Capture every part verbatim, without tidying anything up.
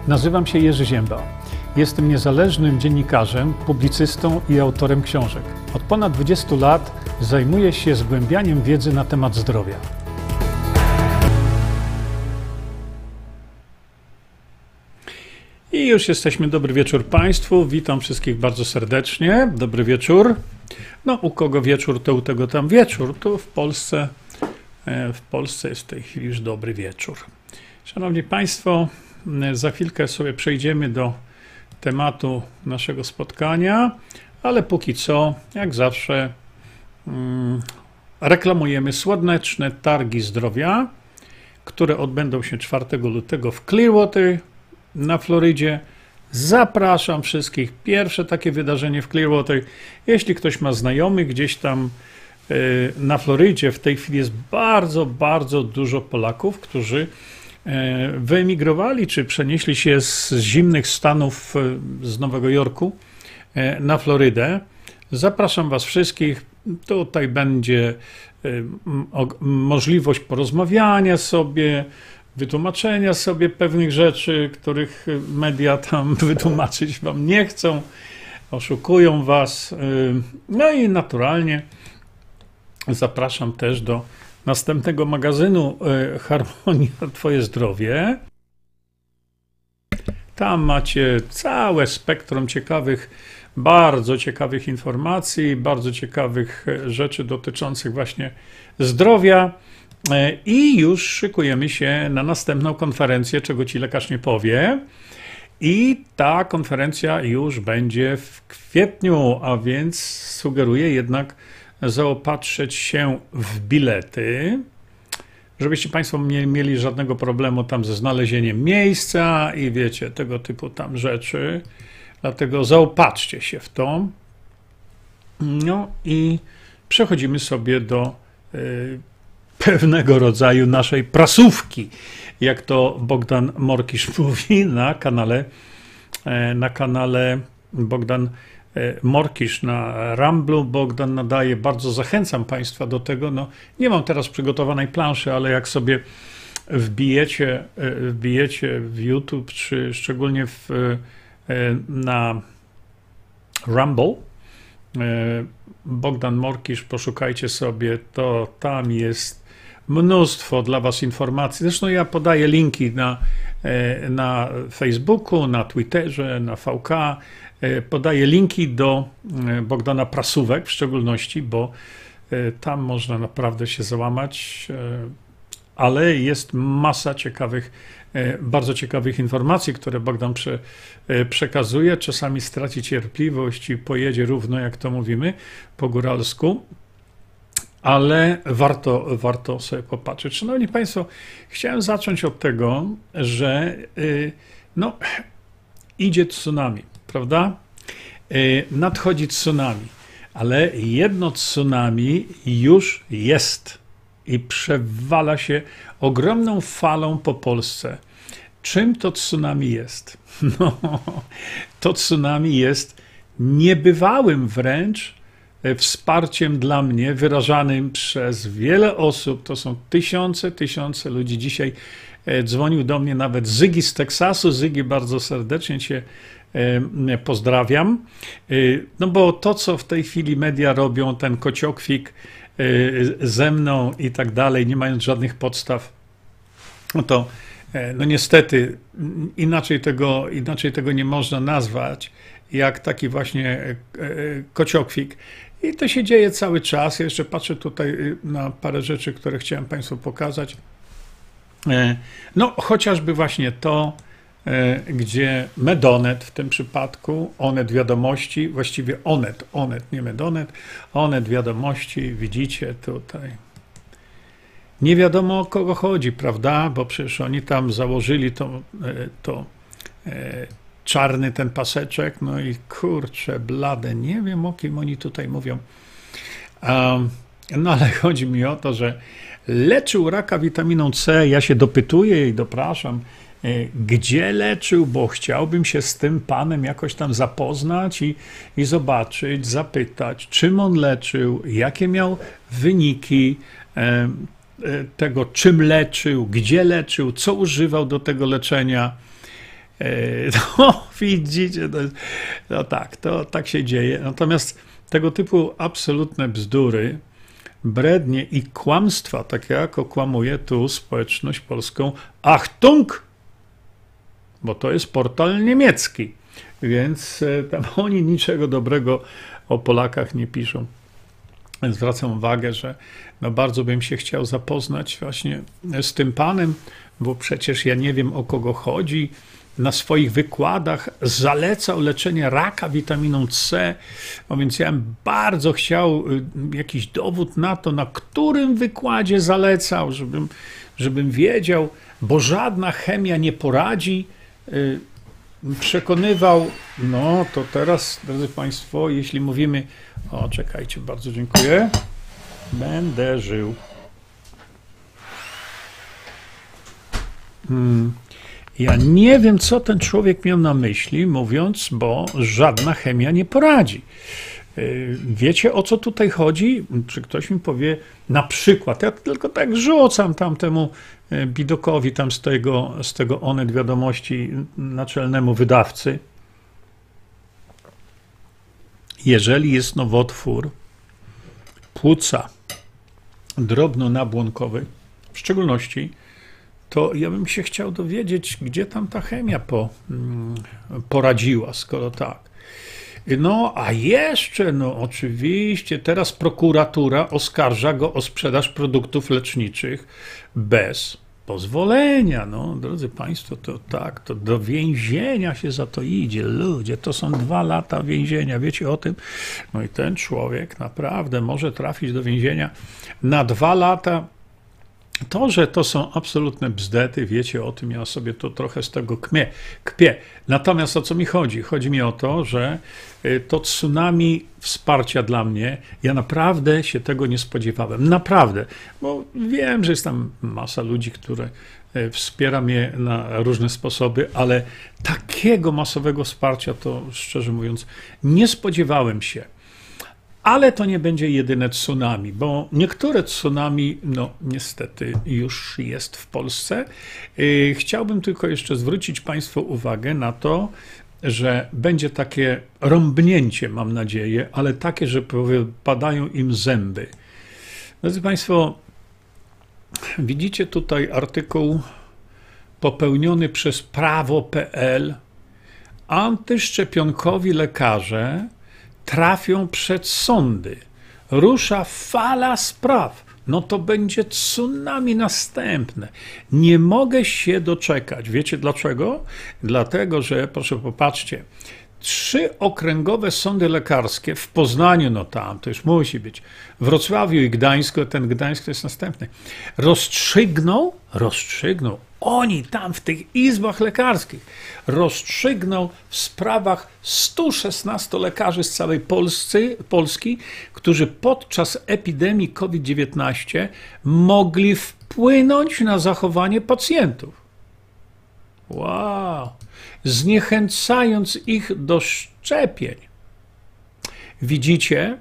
Nazywam się Jerzy Ziemba. Jestem niezależnym dziennikarzem, publicystą i autorem książek. Od ponad dwudziestu lat zajmuję się zgłębianiem wiedzy na temat zdrowia. I już jesteśmy. Dobry wieczór Państwu. Witam wszystkich bardzo serdecznie. Dobry wieczór. No, u kogo wieczór, to u tego tam wieczór. Tu w Polsce, w Polsce jest w tej chwili już dobry wieczór. Szanowni Państwo, za chwilkę sobie przejdziemy do tematu naszego spotkania, ale póki co, jak zawsze, mm, reklamujemy słoneczne targi zdrowia, które odbędą się czwartego lutego w Clearwater na Florydzie. Zapraszam wszystkich. Pierwsze takie wydarzenie w Clearwater. Jeśli ktoś ma znajomych gdzieś tam y, na Florydzie, w tej chwili jest bardzo, bardzo dużo Polaków, którzy wyemigrowali, czy przenieśli się z zimnych stanów z Nowego Jorku na Florydę. Zapraszam Was wszystkich. Tutaj będzie możliwość porozmawiania sobie, wytłumaczenia sobie pewnych rzeczy, których media tam wytłumaczyć Wam nie chcą, oszukują Was. No i naturalnie zapraszam też do następnego magazynu Harmonia Twoje Zdrowie. Tam macie całe spektrum ciekawych, bardzo ciekawych informacji, bardzo ciekawych rzeczy dotyczących właśnie zdrowia i już szykujemy się na następną konferencję, czego Ci lekarz nie powie. I ta konferencja już będzie w kwietniu, a więc sugeruję jednak zaopatrzyć się w bilety, żebyście Państwo nie mieli żadnego problemu tam ze znalezieniem miejsca i wiecie, tego typu tam rzeczy. Dlatego zaopatrzcie się w to. No i przechodzimy sobie do y, pewnego rodzaju naszej prasówki, jak to Bogdan Morkisz mówi na kanale, y, na kanale Bogdan Morkisz na Ramblu. Bogdan nadaje, bardzo zachęcam Państwa do tego. No, nie mam teraz przygotowanej planszy, ale jak sobie wbijecie, wbijecie w YouTube, czy szczególnie w, na Rumble, Bogdan Morkisz, poszukajcie sobie, to tam jest mnóstwo dla Was informacji. Zresztą ja podaję linki na, na Facebooku, na Twitterze, na V K. Podaję linki do Bogdana Prasówek w szczególności, bo tam można naprawdę się załamać, ale jest masa ciekawych, bardzo ciekawych informacji, które Bogdan prze, przekazuje. Czasami straci cierpliwość i pojedzie równo, jak to mówimy po góralsku, ale warto, warto sobie popatrzeć. Szanowni Państwo, chciałem zacząć od tego, że no, idzie tsunami. Prawda? Nadchodzi tsunami, ale jedno tsunami już jest i przewala się ogromną falą po Polsce. Czym to tsunami jest? No, to tsunami jest niebywałym wręcz wsparciem dla mnie, wyrażanym przez wiele osób. To są tysiące, tysiące ludzi. Dzisiaj dzwonił do mnie nawet Zygi z Teksasu. Zygi, bardzo serdecznie Cię pozdrawiam. No bo to, co w tej chwili media robią, ten kociokwik ze mną i tak dalej, nie mając żadnych podstaw, no to no niestety inaczej tego, inaczej tego nie można nazwać, jak taki właśnie kociokwik. I to się dzieje cały czas. Ja jeszcze patrzę tutaj na parę rzeczy, które chciałem Państwu pokazać. No chociażby właśnie to, gdzie Medonet w tym przypadku, Onet Wiadomości, właściwie Onet, Onet, nie Medonet, Onet Wiadomości, widzicie tutaj. Nie wiadomo, o kogo chodzi, prawda, bo przecież oni tam założyli to, to e, czarny ten paseczek, no i kurczę blade, nie wiem, o kim oni tutaj mówią. Um, no ale chodzi mi o to, że leczył raka witaminą C, ja się dopytuję i dopraszam, gdzie leczył, bo chciałbym się z tym panem jakoś tam zapoznać i, i zobaczyć, zapytać, czym on leczył, jakie miał wyniki e, tego, czym leczył, gdzie leczył, co używał do tego leczenia. No, widzicie, to jest, no tak, to tak się dzieje. Natomiast tego typu absolutne bzdury, brednie i kłamstwa, tak jak okłamuje tu społeczność polską Achtung, bo to jest portal niemiecki, więc tam oni niczego dobrego o Polakach nie piszą. Zwracam uwagę, że no bardzo bym się chciał zapoznać właśnie z tym panem, bo przecież ja nie wiem, o kogo chodzi. Na swoich wykładach zalecał leczenie raka witaminą C, no więc ja bym bardzo chciał jakiś dowód na to, na którym wykładzie zalecał, żebym, żebym wiedział, bo żadna chemia nie poradzi. Przekonywał, no to teraz, drodzy Państwo, jeśli mówimy, o czekajcie, bardzo dziękuję, będę żył. Hmm. Ja nie wiem, co ten człowiek miał na myśli, mówiąc, bo żadna chemia nie poradzi. Wiecie, o co tutaj chodzi? Czy ktoś mi powie, na przykład, ja tylko tak rzucam tamtemu Bidokowi tam z tego, z tego Onet Wiadomości naczelnemu wydawcy. Jeżeli jest nowotwór płuca drobnonabłonkowy, w szczególności, to ja bym się chciał dowiedzieć, gdzie tam ta chemia po, poradziła, skoro tak. No, a jeszcze, no oczywiście, teraz prokuratura oskarża go o sprzedaż produktów leczniczych bez pozwolenia. No, drodzy Państwo, to tak, to do więzienia się za to idzie. Ludzie, to są dwa lata więzienia, wiecie o tym? No i ten człowiek naprawdę może trafić do więzienia na dwa lata. To, że to są absolutne bzdety, wiecie o tym, ja sobie to trochę z tego kmię, kpię. Natomiast o co mi chodzi? Chodzi mi o to, że to tsunami wsparcia dla mnie, ja naprawdę się tego nie spodziewałem. Naprawdę, bo wiem, że jest tam masa ludzi, które wspiera mnie na różne sposoby, ale takiego masowego wsparcia to, szczerze mówiąc, nie spodziewałem się. Ale to nie będzie jedyne tsunami, bo niektóre tsunami, no niestety już jest w Polsce. Chciałbym tylko jeszcze zwrócić Państwu uwagę na to, że będzie takie rąbnięcie, mam nadzieję, ale takie, że padają im zęby. Drodzy Państwo, widzicie tutaj artykuł popełniony przez prawo kropka pe el. Antyszczepionkowi lekarze trafią przed sądy. Rusza fala spraw. No to będzie tsunami następne. Nie mogę się doczekać. Wiecie dlaczego? Dlatego, że, proszę popatrzcie, trzy okręgowe sądy lekarskie w Poznaniu, no tam, to już musi być, w Wrocławiu i Gdańsku, ten Gdańsk to jest następny, rozstrzygną, rozstrzygną, oni tam w tych izbach lekarskich rozstrzygną w sprawach stu szesnastu lekarzy z całej Polscy, Polski, którzy podczas epidemii COVID dziewiętnaście mogli wpłynąć na zachowanie pacjentów. Wow! Zniechęcając ich do szczepień. Widzicie?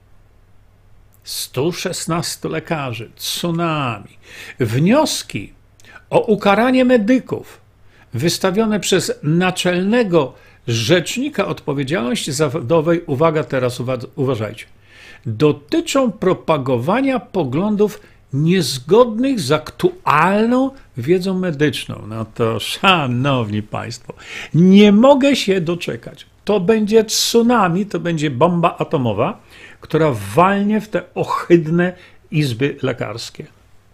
stu szesnastu lekarzy, tsunami. Wnioski o ukaranie medyków wystawione przez naczelnego rzecznika odpowiedzialności zawodowej, uwaga teraz, uważajcie, dotyczą propagowania poglądów niezgodnych z aktualną wiedzą medyczną. No to, szanowni Państwo, nie mogę się doczekać. To będzie tsunami, to będzie bomba atomowa, która walnie w te ohydne izby lekarskie.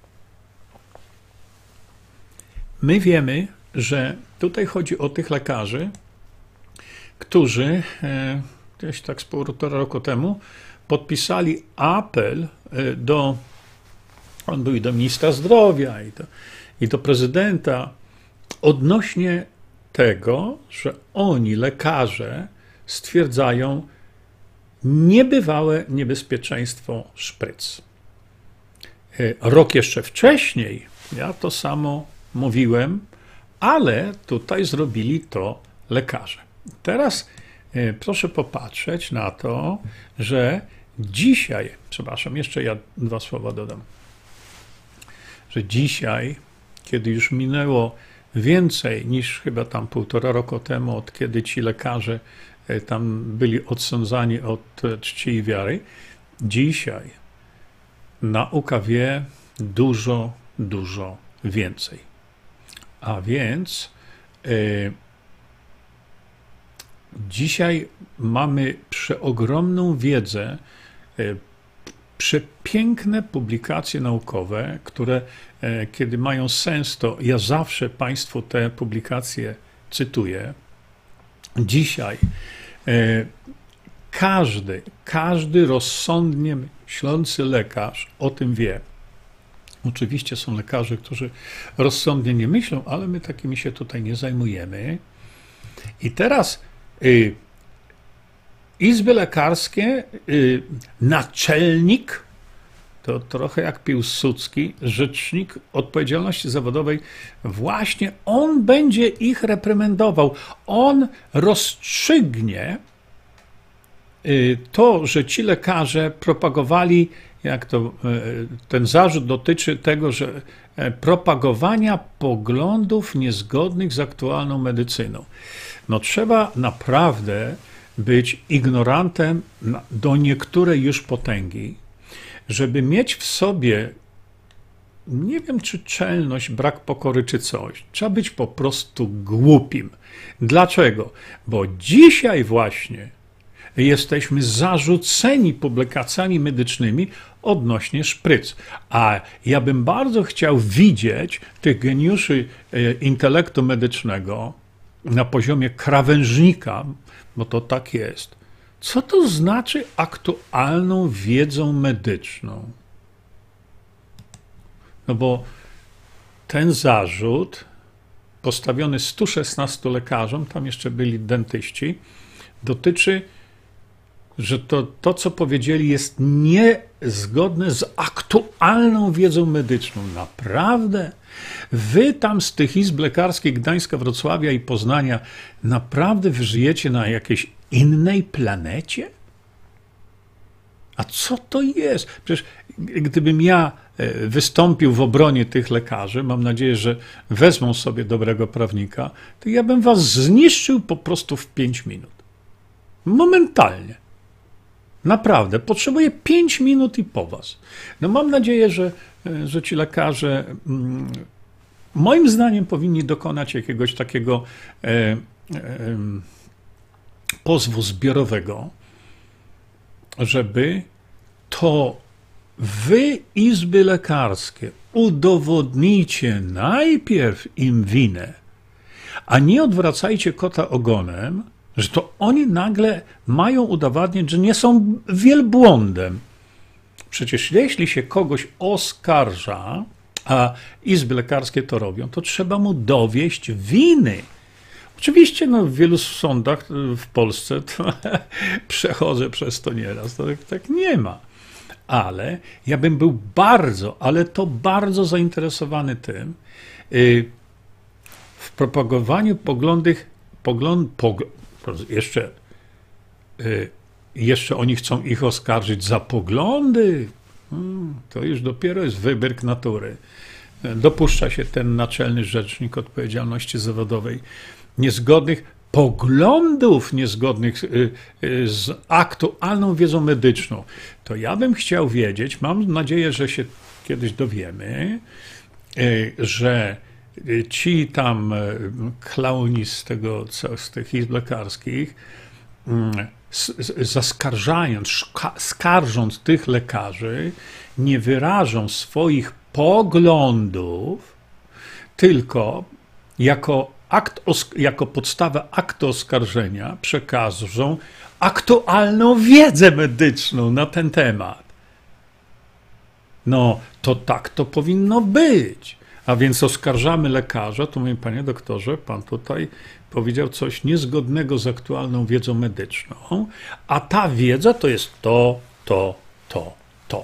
My wiemy, że tutaj chodzi o tych lekarzy, którzy e, gdzieś tak z półtora roku temu podpisali apel do, on był i do ministra zdrowia, i do, i do prezydenta, odnośnie tego, że oni, lekarze, stwierdzają niebywałe niebezpieczeństwo szpryc. Rok jeszcze wcześniej ja to samo mówiłem, ale tutaj zrobili to lekarze. Teraz proszę popatrzeć na to, że dzisiaj, przepraszam, jeszcze ja dwa słowa dodam, że dzisiaj, kiedy już minęło więcej niż chyba tam półtora roku temu, od kiedy ci lekarze tam byli odsądzani od czci i wiary. Dzisiaj nauka wie dużo, dużo więcej. A więc y, dzisiaj mamy przeogromną wiedzę, y, przepiękne publikacje naukowe, które y, kiedy mają sens, to ja zawsze Państwu te publikacje cytuję. Dzisiaj y, każdy, każdy rozsądnie myślący lekarz o tym wie. Oczywiście są lekarze, którzy rozsądnie nie myślą, ale my takimi się tutaj nie zajmujemy. I teraz y, izby lekarskie, y, naczelnik, to trochę jak Piłsudski, rzecznik odpowiedzialności zawodowej, właśnie on będzie ich reprymendował. On rozstrzygnie y, to, że ci lekarze propagowali, jak to ten zarzut dotyczy tego, że propagowania poglądów niezgodnych z aktualną medycyną. No trzeba naprawdę być ignorantem do niektórej już potęgi, żeby mieć w sobie, nie wiem czy czelność, brak pokory czy coś. Trzeba być po prostu głupim. Dlaczego? Bo dzisiaj właśnie jesteśmy zarzuceni publikacjami medycznymi odnośnie szpryc. A ja bym bardzo chciał widzieć tych geniuszy intelektu medycznego na poziomie krawężnika, bo to tak jest. Co to znaczy aktualną wiedzą medyczną? No bo ten zarzut postawiony stu szesnastu lekarzom, tam jeszcze byli dentyści, dotyczy, że to, to, co powiedzieli, jest niezgodne z aktualną wiedzą medyczną. Naprawdę? Wy tam z tych izb lekarskich Gdańska, Wrocławia i Poznania naprawdę wy żyjecie na jakiejś innej planecie? A co to jest? Przecież gdybym ja wystąpił w obronie tych lekarzy, mam nadzieję, że wezmą sobie dobrego prawnika, to ja bym was zniszczył po prostu w pięć minut. Momentalnie. Naprawdę. Potrzebuję pięć minut i po was. No mam nadzieję, że, że ci lekarze mm, moim zdaniem powinni dokonać jakiegoś takiego e, e, pozwu zbiorowego, żeby to wy, izby lekarskie, udowodnijcie najpierw im winę, a nie odwracajcie kota ogonem, że to oni nagle mają udowadniać, że nie są wielbłądem. Przecież jeśli się kogoś oskarża, a izby lekarskie to robią, to trzeba mu dowieść winy. Oczywiście no, w wielu sądach w Polsce to przechodzę przez to nieraz, to tak, tak nie ma. Ale ja bym był bardzo, ale to bardzo zainteresowany tym, yy, w propagowaniu poglądów, pogląd, pogl jeszcze, yy, jeszcze oni chcą ich oskarżyć za poglądy. Hmm, to już dopiero jest wybryk natury. Dopuszcza się ten naczelny rzecznik odpowiedzialności zawodowej niezgodnych poglądów, niezgodnych z aktualną wiedzą medyczną. To ja bym chciał wiedzieć, mam nadzieję, że się kiedyś dowiemy, że ci tam klauni z tego, z tych izb lekarskich, zaskarżając, skarżąc tych lekarzy, nie wyrażą swoich poglądów, tylko jako akt, jako podstawę aktu oskarżenia przekażą aktualną wiedzę medyczną na ten temat. No, to tak to powinno być. A więc oskarżamy lekarza, to mówię, panie doktorze, pan tutaj powiedział coś niezgodnego z aktualną wiedzą medyczną, a ta wiedza to jest to, to, to, to.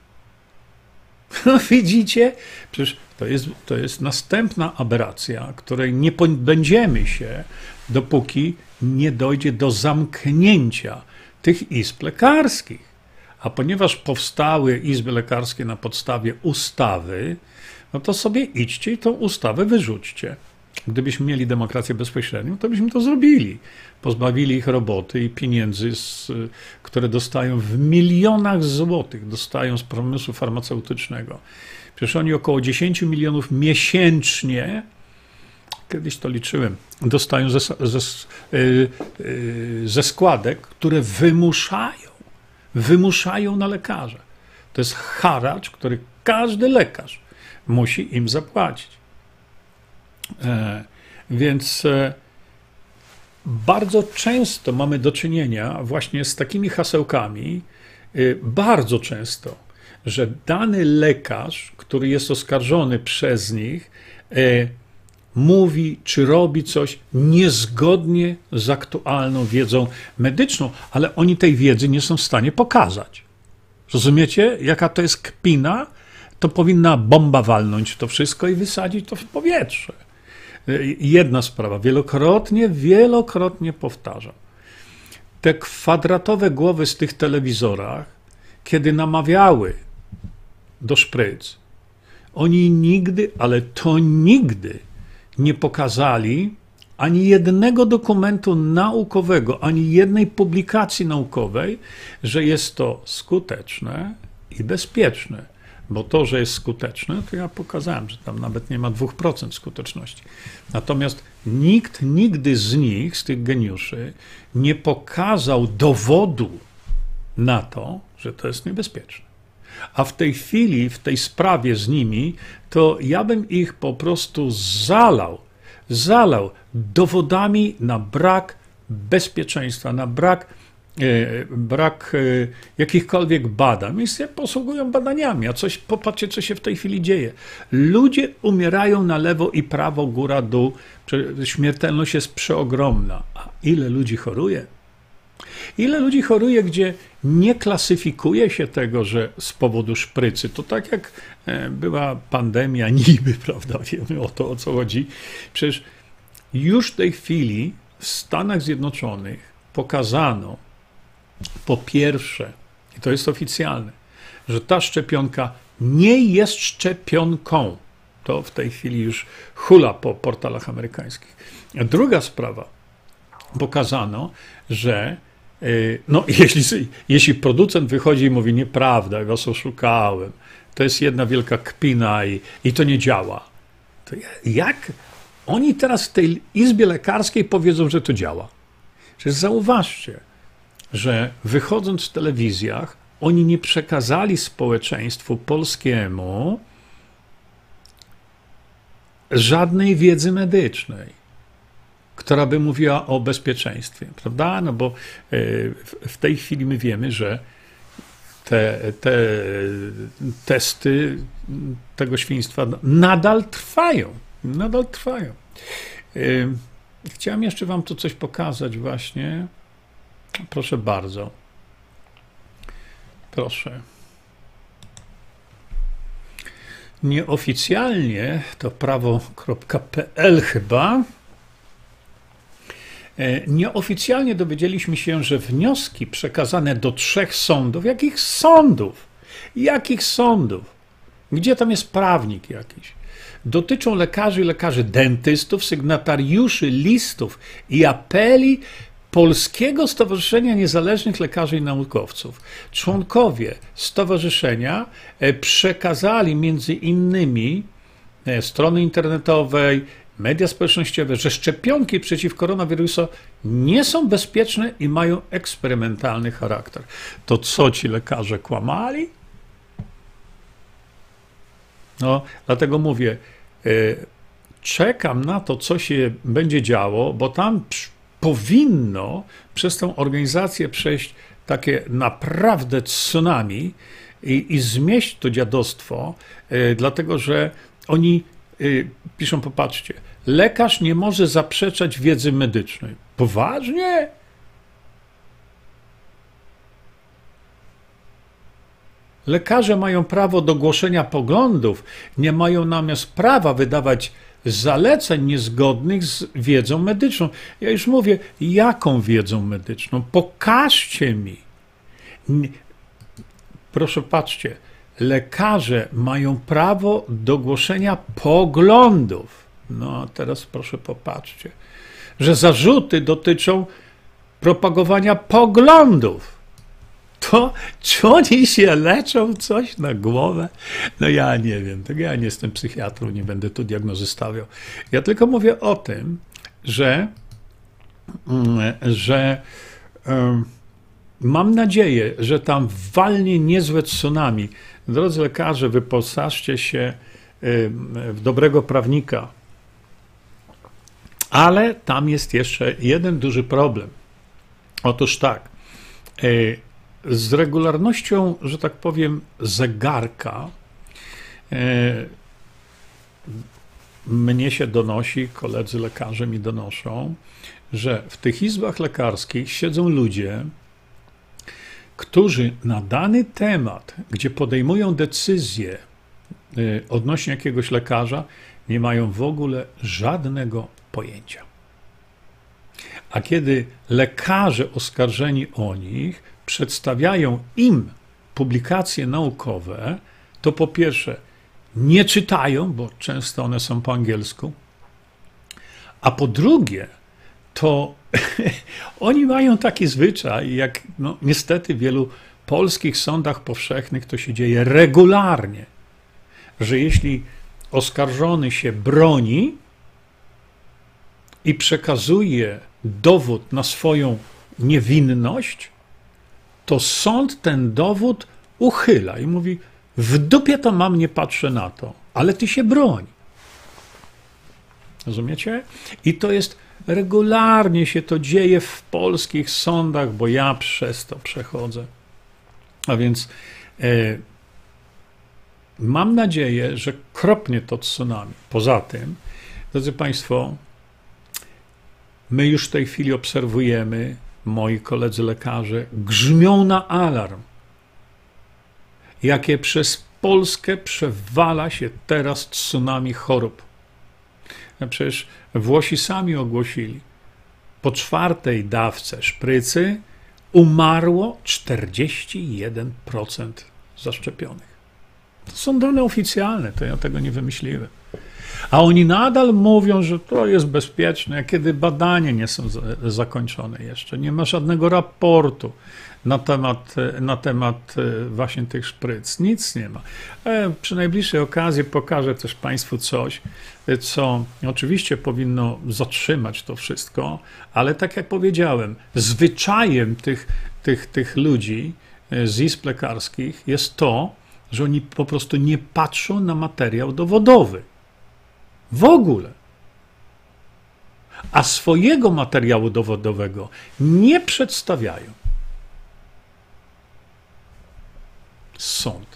No widzicie? Przecież to jest, to jest następna aberracja, której nie będziemy się, dopóki nie dojdzie do zamknięcia tych izb lekarskich. A ponieważ powstały izby lekarskie na podstawie ustawy, no to sobie idźcie i tą ustawę wyrzućcie. Gdybyśmy mieli demokrację bezpośrednią, to byśmy to zrobili. Pozbawili ich roboty i pieniędzy, z, które dostają w milionach złotych, dostają z przemysłu farmaceutycznego. Przecież oni około dziesięć milionów miesięcznie, kiedyś to liczyłem, dostają ze, ze, ze składek, które wymuszają, wymuszają na lekarza. To jest haracz, który każdy lekarz musi im zapłacić. E, więc e, bardzo często mamy do czynienia właśnie z takimi hasełkami, e, bardzo często, że dany lekarz, który jest oskarżony przez nich, e, mówi czy robi coś niezgodnie z aktualną wiedzą medyczną, ale oni tej wiedzy nie są w stanie pokazać. Rozumiecie, jaka to jest kpina? To powinna bomba walnąć to wszystko i wysadzić to w powietrze. Jedna sprawa, wielokrotnie, wielokrotnie powtarzam. Te kwadratowe głowy z tych telewizorach, kiedy namawiały do szpryc, oni nigdy, ale to nigdy nie pokazali ani jednego dokumentu naukowego, ani jednej publikacji naukowej, że jest to skuteczne i bezpieczne. Bo to, że jest skuteczne, to ja pokazałem, że tam nawet nie ma dwóch procent skuteczności. Natomiast nikt nigdy z nich, z tych geniuszy, nie pokazał dowodu na to, że to jest niebezpieczne. A w tej chwili, w tej sprawie z nimi, to ja bym ich po prostu zalał, zalał dowodami na brak bezpieczeństwa, na brak brak jakichkolwiek badań. Więc się posługują badaniami, a coś, popatrzcie, co się w tej chwili dzieje. Ludzie umierają na lewo i prawo, góra, dół. Śmiertelność jest przeogromna. A ile ludzi choruje? Ile ludzi choruje, gdzie nie klasyfikuje się tego, że z powodu szprycy. To tak jak była pandemia niby, prawda, wiemy o to, o co chodzi. Przecież już w tej chwili w Stanach Zjednoczonych pokazano, po pierwsze, i to jest oficjalne, że ta szczepionka nie jest szczepionką. To w tej chwili już hula po portalach amerykańskich. A druga sprawa, pokazano, że no, jeśli, jeśli producent wychodzi i mówi nieprawda, ja was oszukałem, to jest jedna wielka kpina i, i to nie działa, to jak oni teraz w tej izbie lekarskiej powiedzą, że to działa? Przecież zauważcie, że wychodząc w telewizjach, oni nie przekazali społeczeństwu polskiemu żadnej wiedzy medycznej, która by mówiła o bezpieczeństwie, prawda? No bo w tej chwili my wiemy, że te, te testy tego świństwa nadal trwają, nadal trwają. Chciałem jeszcze wam tu coś pokazać właśnie. Proszę bardzo. Proszę. Nieoficjalnie, to prawo kropka pe el chyba, nieoficjalnie dowiedzieliśmy się, że wnioski przekazane do trzech sądów, jakich sądów? Jakich sądów? Gdzie tam jest prawnik jakiś? Dotyczą lekarzy i lekarzy dentystów, sygnatariuszy listów i apeli Polskiego Stowarzyszenia Niezależnych Lekarzy i Naukowców. Członkowie stowarzyszenia przekazali między innymi strony internetowej, media społecznościowe, że szczepionki przeciw koronawirusa nie są bezpieczne i mają eksperymentalny charakter. To co ci lekarze kłamali? No, dlatego mówię, czekam na to, co się będzie działo, bo tam powinno przez tę organizację przejść takie naprawdę tsunami i, i zmieść to dziadostwo, dlatego że oni piszą, popatrzcie, lekarz nie może zaprzeczać wiedzy medycznej. Poważnie? Lekarze mają prawo do głoszenia poglądów, nie mają natomiast prawa wydawać zaleceń niezgodnych z wiedzą medyczną. Ja już mówię, jaką wiedzą medyczną? Pokażcie mi. Proszę, patrzcie, lekarze mają prawo do głoszenia poglądów, No a teraz proszę popatrzcie, że zarzuty dotyczą propagowania poglądów. To czy oni się leczą coś na głowę? No ja nie wiem, tak ja nie jestem psychiatrą, nie będę tu diagnozy stawiał. Ja tylko mówię o tym, że, że um, mam nadzieję, że tam walnie niezłe tsunami. Drodzy lekarze, wyposażcie się w dobrego prawnika. Ale tam jest jeszcze jeden duży problem. Otóż tak, z regularnością, że tak powiem, zegarka mnie się donosi, koledzy lekarze mi donoszą, że w tych izbach lekarskich siedzą ludzie, którzy na dany temat, gdzie podejmują decyzje odnośnie jakiegoś lekarza, nie mają w ogóle żadnego pojęcia. A kiedy lekarze oskarżeni o nich przedstawiają im publikacje naukowe, to po pierwsze nie czytają, bo często one są po angielsku, a po drugie to oni mają taki zwyczaj, jak no, niestety w wielu polskich sądach powszechnych to się dzieje regularnie, że jeśli oskarżony się broni i przekazuje dowód na swoją niewinność, to sąd ten dowód uchyla i mówi: w dupie to mam, nie patrzę na to, ale ty się broń. Rozumiecie? I to jest regularnie się to dzieje w polskich sądach, bo ja przez to przechodzę. A więc e, mam nadzieję, że kropnie to tsunami. Poza tym, drodzy Państwo, my już w tej chwili obserwujemy, moi koledzy lekarze grzmią na alarm, jakie przez Polskę przewala się teraz tsunami chorób. A przecież Włosi sami ogłosili, po czwartej dawce szprycy umarło czterdzieści jeden procent zaszczepionych. To są dane oficjalne, to ja tego nie wymyśliłem. A oni nadal mówią, że to jest bezpieczne, kiedy badania nie są zakończone jeszcze. Nie ma żadnego raportu na temat, na temat właśnie tych szpryc. Nic nie ma. Przy najbliższej okazji pokażę też Państwu coś, co oczywiście powinno zatrzymać to wszystko, ale tak jak powiedziałem, zwyczajem tych, tych, tych ludzi z izb lekarskich jest to, że oni po prostu nie patrzą na materiał dowodowy. W ogóle. A swojego materiału dowodowego nie przedstawiają. Sąd.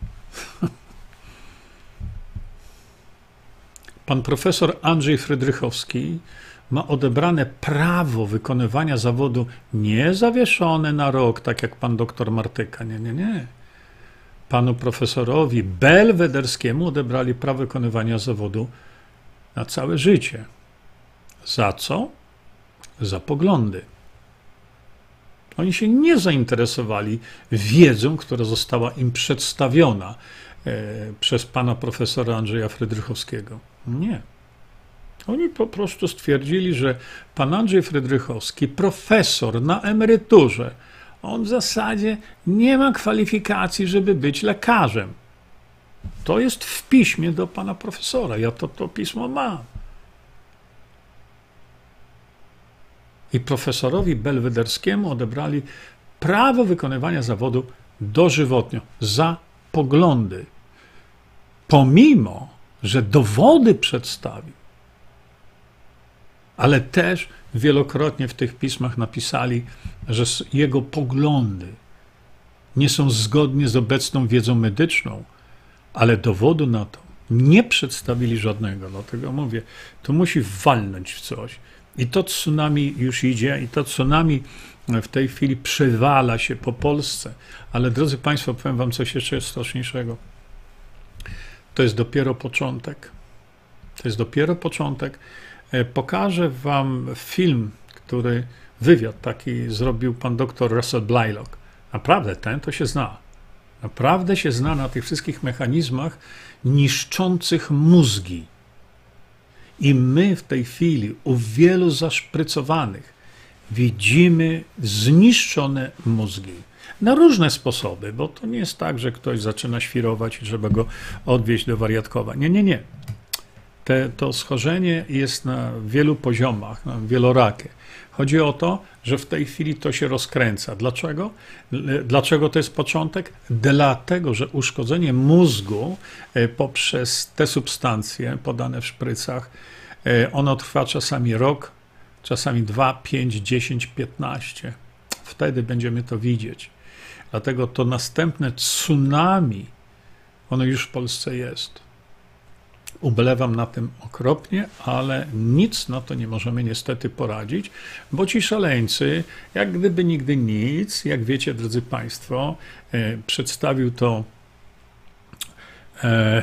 Pan profesor Andrzej Frydrychowski ma odebrane prawo wykonywania zawodu nie zawieszone na rok, tak jak pan doktor Martyka. Nie, nie, nie. Panu profesorowi Belwederskiemu odebrali prawo wykonywania zawodu na całe życie. Za co? Za poglądy. Oni się nie zainteresowali wiedzą, która została im przedstawiona e, przez pana profesora Andrzeja Frydrychowskiego. Nie. Oni po prostu stwierdzili, że pan Andrzej Frydrychowski, profesor na emeryturze, on w zasadzie nie ma kwalifikacji, żeby być lekarzem. To jest w piśmie do pana profesora. Ja to, to pismo mam. I profesorowi Belwederskiemu odebrali prawo wykonywania zawodu dożywotnio za poglądy. Pomimo, że dowody przedstawił. Ale też wielokrotnie w tych pismach napisali, że jego poglądy nie są zgodne z obecną wiedzą medyczną, ale dowodu na to nie przedstawili żadnego. Dlatego mówię, to musi walnąć w coś. I to tsunami już idzie, i to tsunami w tej chwili przewala się po Polsce. Ale drodzy Państwo, powiem Wam coś jeszcze straszniejszego. To jest dopiero początek. To jest dopiero początek. Pokażę Wam film, który, wywiad taki zrobił pan doktor Russell Blaylock. Naprawdę, ten to się zna. Naprawdę się zna na tych wszystkich mechanizmach niszczących mózgi. I my w tej chwili u wielu zaszprycowanych widzimy zniszczone mózgi. Na różne sposoby, bo to nie jest tak, że ktoś zaczyna świrować i trzeba go odwieźć do wariatkowa. Nie, nie, nie. Te, to schorzenie jest na wielu poziomach, na wielorakie. Chodzi o to, że w tej chwili to się rozkręca. Dlaczego? Dlaczego to jest początek? Dlatego, że uszkodzenie mózgu poprzez te substancje podane w szprycach, ono trwa czasami rok, czasami dwa, pięć, dziesięć, piętnaście. Wtedy będziemy to widzieć. Dlatego to następne tsunami, ono już w Polsce jest. Ubolewam na tym okropnie, ale nic na to nie możemy niestety poradzić, bo ci szaleńcy, jak gdyby nigdy nic, jak wiecie, drodzy Państwo, e, przedstawił to e, e,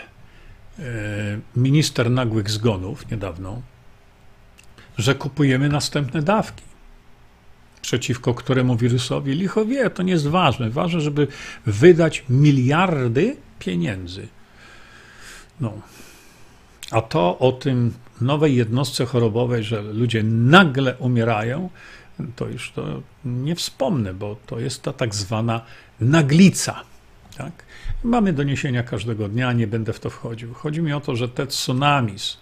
minister nagłych zgonów niedawno, że kupujemy następne dawki, przeciwko któremu wirusowi. Licho wie, to nie jest ważne. Ważne, żeby wydać miliardy pieniędzy. No. A to o tym nowej jednostce chorobowej, że ludzie nagle umierają, to już to nie wspomnę, bo to jest ta tak zwana naglica. Tak? Mamy doniesienia każdego dnia, nie będę w to wchodził. Chodzi mi o to, że te tsunamis,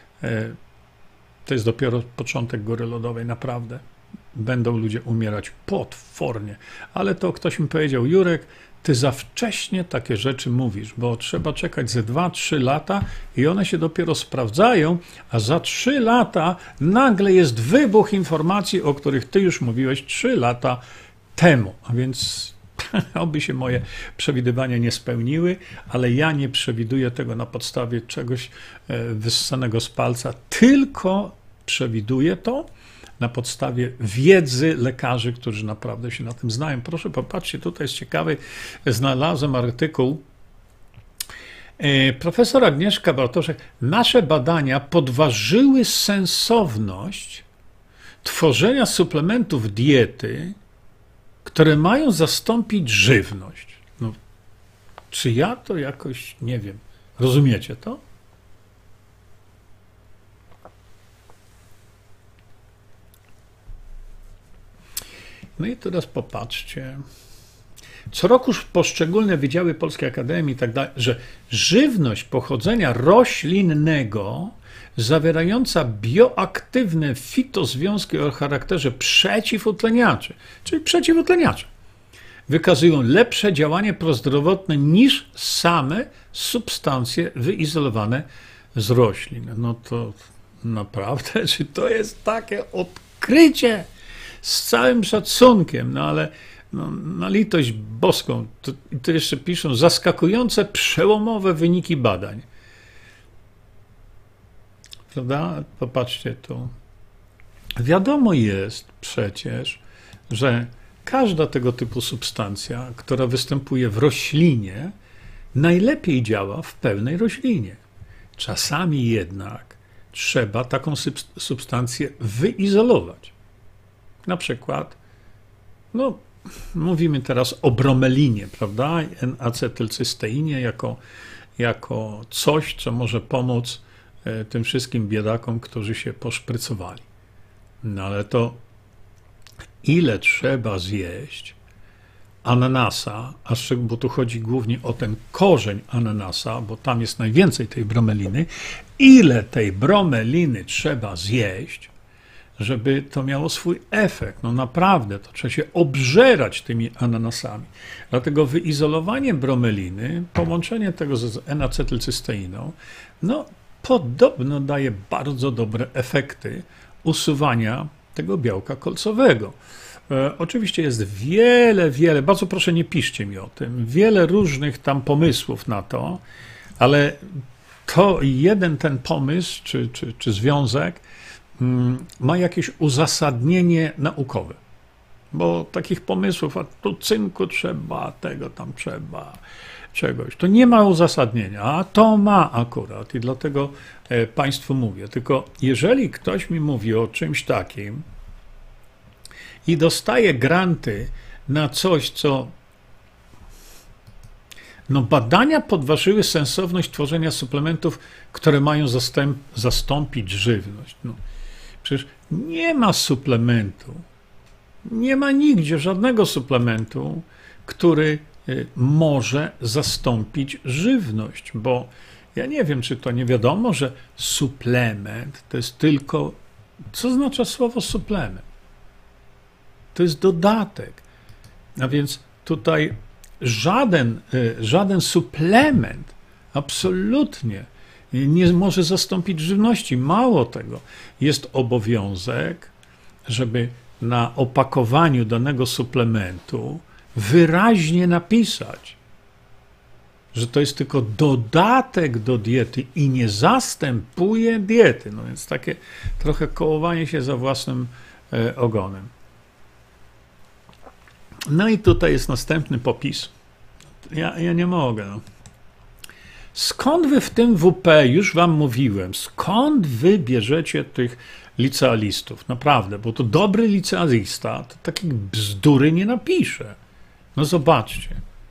to jest dopiero początek góry lodowej, naprawdę. Będą ludzie umierać potwornie. Ale to ktoś mi powiedział, Jurek, ty za wcześnie takie rzeczy mówisz, bo trzeba czekać ze dwa trzy lata i one się dopiero sprawdzają, a za trzy lata nagle jest wybuch informacji, o których ty już mówiłeś trzy lata temu. A więc oby się moje przewidywania nie spełniły, ale ja nie przewiduję tego na podstawie czegoś wyssanego z palca, tylko przewiduję to na podstawie wiedzy lekarzy, którzy naprawdę się na tym znają. Proszę popatrzcie, tutaj jest ciekawy, znalazłem artykuł. Profesor Agnieszka Bartoszek, nasze badania podważyły sensowność tworzenia suplementów diety, które mają zastąpić żywność. No, czy ja to jakoś, nie wiem, rozumiecie to? No i teraz popatrzcie. Co roku poszczególne wydziały Polskiej Akademii i tak dalej, że żywność pochodzenia roślinnego zawierająca bioaktywne fitozwiązki o charakterze przeciwutleniaczy, czyli przeciwutleniacze, wykazują lepsze działanie prozdrowotne niż same substancje wyizolowane z roślin. No to naprawdę, czy to jest takie odkrycie? Z całym szacunkiem, no ale no, na litość boską, to, to jeszcze piszą zaskakujące, przełomowe wyniki badań. Prawda? Popatrzcie tu. Wiadomo jest przecież, że każda tego typu substancja, która występuje w roślinie, najlepiej działa w pełnej roślinie. Czasami jednak trzeba taką substancję wyizolować. Na przykład, no, mówimy teraz o bromelinie, prawda? N-acetylcysteinie jako, jako coś, co może pomóc tym wszystkim biedakom, którzy się poszprycowali. No ale to ile trzeba zjeść ananasa, a bo tu chodzi głównie o ten korzeń ananasa, bo tam jest najwięcej tej bromeliny, ile tej bromeliny trzeba zjeść, żeby to miało swój efekt. No naprawdę, to trzeba się obżerać tymi ananasami. Dlatego wyizolowanie bromeliny, połączenie tego z N-acetylcysteiną, no podobno daje bardzo dobre efekty usuwania tego białka kolcowego. E, oczywiście jest wiele, wiele, bardzo proszę nie piszcie mi o tym, wiele różnych tam pomysłów na to, ale to jeden ten pomysł, czy, czy, czy związek, ma jakieś uzasadnienie naukowe, bo takich pomysłów, a tu cynku trzeba, tego tam trzeba, czegoś, to nie ma uzasadnienia, a to ma akurat i dlatego Państwu mówię, tylko jeżeli ktoś mi mówi o czymś takim i dostaje granty na coś, co No badania podważyły sensowność tworzenia suplementów, które mają zastęp, zastąpić żywność. No, przecież nie ma suplementu, nie ma nigdzie żadnego suplementu, który może zastąpić żywność, bo ja nie wiem, czy to nie wiadomo, że suplement to jest tylko, co oznacza słowo suplement? To jest dodatek. A więc tutaj żaden, żaden suplement absolutnie nie może zastąpić żywności. Mało tego, jest obowiązek, żeby na opakowaniu danego suplementu wyraźnie napisać, że to jest tylko dodatek do diety i nie zastępuje diety. No więc takie trochę kołowanie się za własnym e, ogonem. No i tutaj jest następny popis. Ja, ja nie mogę. No. Skąd wy w tym W P, już wam mówiłem, skąd wy bierzecie tych licealistów? Naprawdę, bo to dobry licealista to takich bzdury nie napisze. No zobaczcie.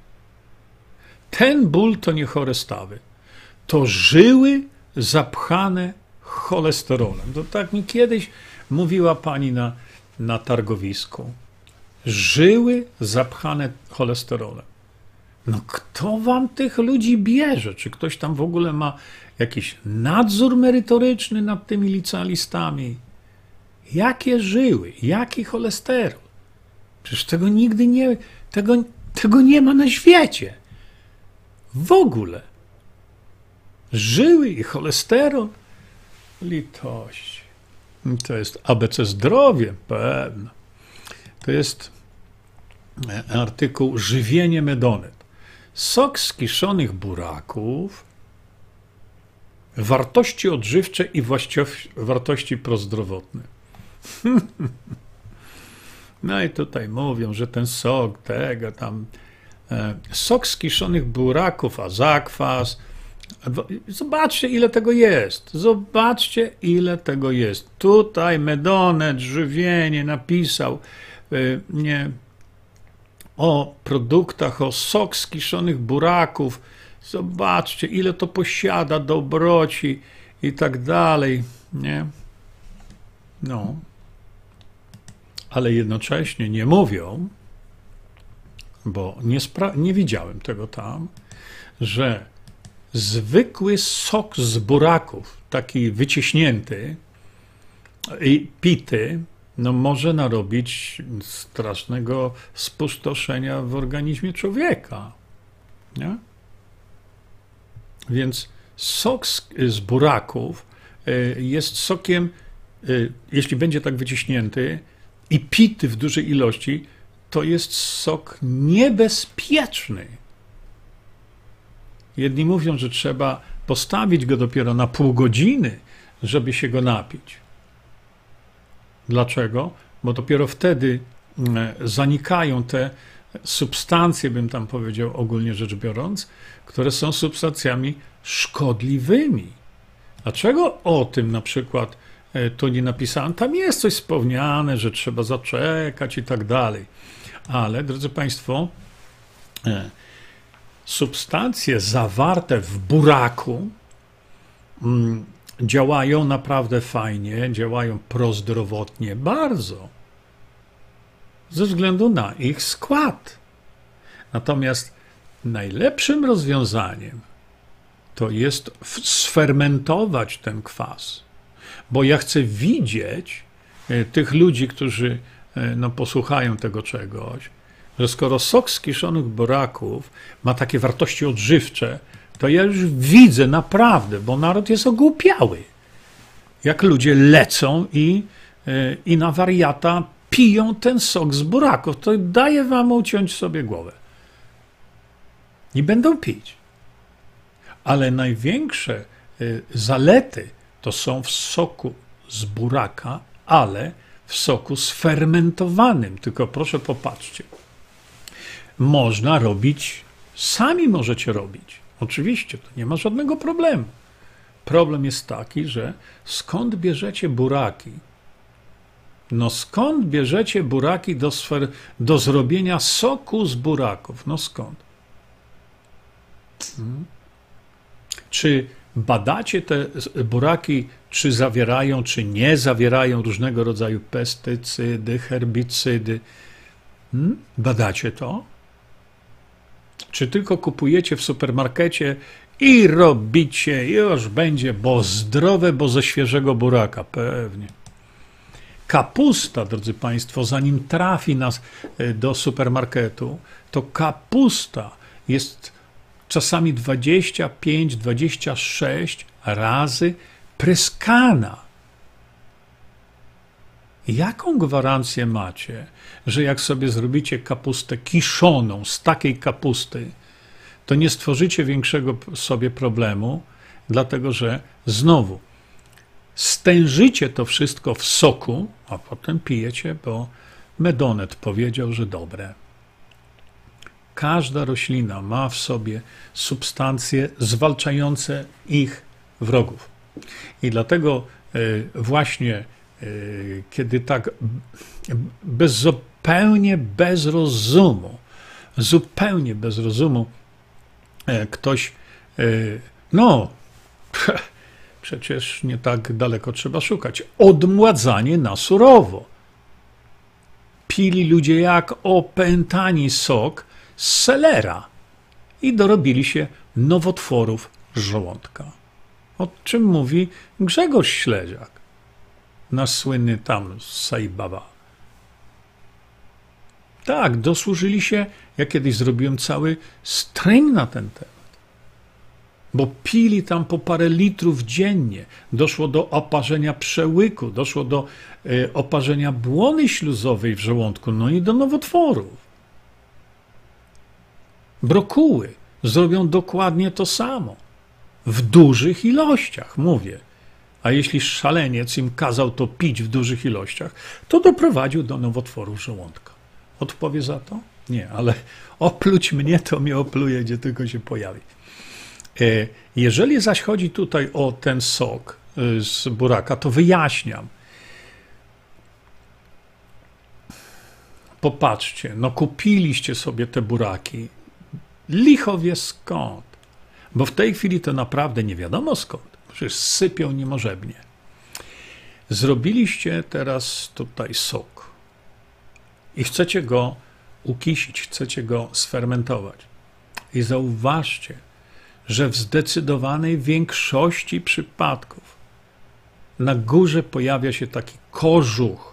Ten ból to nie chore stawy. To żyły zapchane cholesterolem. To tak mi kiedyś mówiła pani na, na targowisku. Żyły zapchane cholesterolem. No kto wam tych ludzi bierze? Czy ktoś tam w ogóle ma jakiś nadzór merytoryczny nad tymi licealistami? Jakie żyły? Jaki cholesterol? Przecież tego nigdy nie, tego, tego nie ma na świecie. W ogóle. Żyły i cholesterol? Litość. To jest A B C zdrowie, pewno. To jest artykuł Żywienie Medonet. Sok z kiszonych buraków, wartości odżywcze i wartości prozdrowotne. No i tutaj mówią, że ten sok, tego tam, e, sok z kiszonych buraków, a zakwas. Zobaczcie, ile tego jest. Zobaczcie, ile tego jest. Tutaj Medonet, żywienie napisał e, nie, o produktach, o sok z kiszonych buraków. Zobaczcie, ile to posiada dobroci i tak dalej. Nie? No. Ale jednocześnie nie mówią, bo nie, spra- nie widziałem tego tam, że zwykły sok z buraków, taki wyciśnięty i pity, no może narobić strasznego spustoszenia w organizmie człowieka. Nie? Więc sok z, z buraków jest sokiem, jeśli będzie tak wyciśnięty i pity w dużej ilości, to jest sok niebezpieczny. Jedni mówią, że trzeba postawić go dopiero na pół godziny, żeby się go napić. Dlaczego? Bo dopiero wtedy zanikają te substancje, bym tam powiedział ogólnie rzecz biorąc, które są substancjami szkodliwymi. Dlaczego o tym na przykład tu nie napisałem? Tam jest coś wspomniane, że trzeba zaczekać i tak dalej. Ale, drodzy Państwo, substancje zawarte w buraku mm, działają naprawdę fajnie, działają prozdrowotnie bardzo, ze względu na ich skład. Natomiast najlepszym rozwiązaniem to jest sfermentować ten kwas, bo ja chcę widzieć e, tych ludzi, którzy e, no, posłuchają tego czegoś, że skoro sok z kiszonych buraków ma takie wartości odżywcze, to ja już widzę naprawdę, bo naród jest ogłupiały. Jak ludzie lecą i, i na wariata piją ten sok z buraków, to daję wam uciąć sobie głowę. I będą pić. Ale największe zalety to są w soku z buraka, ale w soku sfermentowanym. Tylko proszę popatrzcie. Można robić, sami możecie robić. Oczywiście, to nie ma żadnego problemu. Problem jest taki, że skąd bierzecie buraki? No skąd bierzecie buraki do, sfer, do zrobienia soku z buraków? No skąd? Czy badacie te buraki, czy zawierają, czy nie zawierają różnego rodzaju pestycydy, herbicydy? Hmm? Badacie to? Czy tylko kupujecie w supermarkecie i robicie, już będzie, bo zdrowe, bo ze świeżego buraka? Pewnie. Kapusta, drodzy Państwo, zanim trafi nas do supermarketu, to kapusta jest czasami dwadzieścia pięć, dwadzieścia sześć razy pryskana. Jaką gwarancję macie, że jak sobie zrobicie kapustę kiszoną z takiej kapusty, to nie stworzycie większego sobie problemu, dlatego że znowu stężycie to wszystko w soku, a potem pijecie, bo Medonet powiedział, że dobre. Każda roślina ma w sobie substancje zwalczające ich wrogów. I dlatego właśnie, kiedy tak bez, zupełnie bez rozumu, zupełnie bez rozumu ktoś, no, przecież nie tak daleko trzeba szukać, odmładzanie na surowo. Pili ludzie jak opętani sok z selera i dorobili się nowotworów żołądka. O czym mówi Grzegorz Śledziak, nasz słynny tam z Saibaba. Tak, dosłużyli się, ja kiedyś zrobiłem cały stream na ten temat, bo pili tam po parę litrów dziennie. Doszło do oparzenia przełyku, doszło do y, oparzenia błony śluzowej w żołądku, no i do nowotworów. Brokuły zrobią dokładnie to samo. W dużych ilościach, mówię. A jeśli szaleniec im kazał to pić w dużych ilościach, to doprowadził do nowotworów żołądka. Odpowie za to? Nie, ale opluć mnie, to mnie opluje, gdzie tylko się pojawi. Jeżeli zaś chodzi tutaj o ten sok z buraka, to wyjaśniam. Popatrzcie, no kupiliście sobie te buraki. Licho wie skąd. Bo w tej chwili to naprawdę nie wiadomo skąd. Przecież sypią niemożebnie. Zrobiliście teraz tutaj sok i chcecie go ukisić, chcecie go sfermentować. I zauważcie, że w zdecydowanej większości przypadków na górze pojawia się taki kożuch.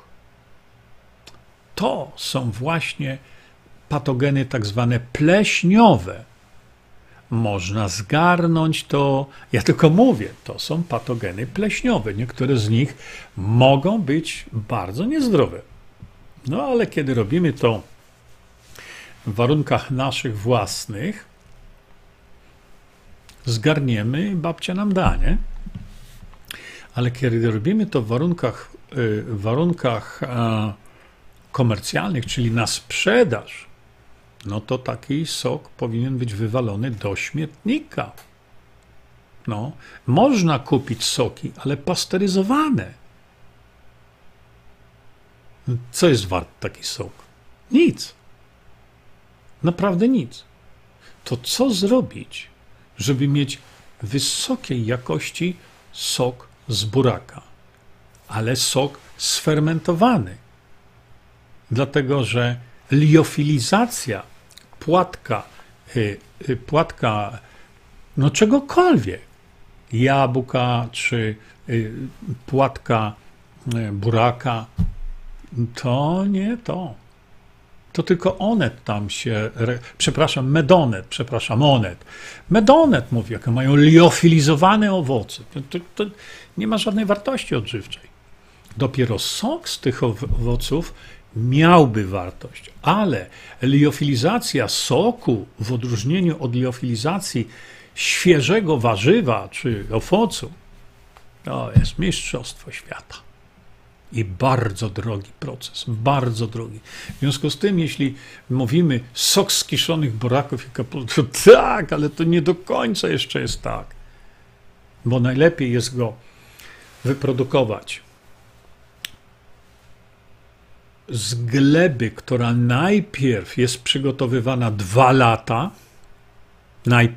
To są właśnie patogeny tak zwane pleśniowe. Można zgarnąć to, ja tylko mówię, to są patogeny pleśniowe. Niektóre z nich mogą być bardzo niezdrowe. No ale kiedy robimy to w warunkach naszych własnych, zgarniemy i babcia nam da, nie? Ale kiedy robimy to w warunkach, w warunkach komercjalnych, czyli na sprzedaż, no to taki sok powinien być wywalony do śmietnika. No, można kupić soki, ale pasteryzowane. Co jest wart taki sok? Nic. Naprawdę nic. To co zrobić, żeby mieć wysokiej jakości sok z buraka, ale sok sfermentowany? Dlatego, że liofilizacja płatka, y, y, płatka, no czegokolwiek, jabłka czy y, płatka y, buraka, to nie to. To tylko Onet tam się, re, przepraszam, Medonet, przepraszam, Onet. Medonet mówi, jakie mają liofilizowane owoce. To, to, to nie ma żadnej wartości odżywczej. Dopiero sok z tych owoców miałby wartość, ale liofilizacja soku w odróżnieniu od liofilizacji świeżego warzywa czy owocu to jest mistrzostwo świata. I bardzo drogi proces, bardzo drogi. W związku z tym, jeśli mówimy sok z kiszonych buraków i kapusty, to tak, ale to nie do końca jeszcze jest tak. Bo najlepiej jest go wyprodukować z gleby, która najpierw jest przygotowywana dwa lata, najpierw,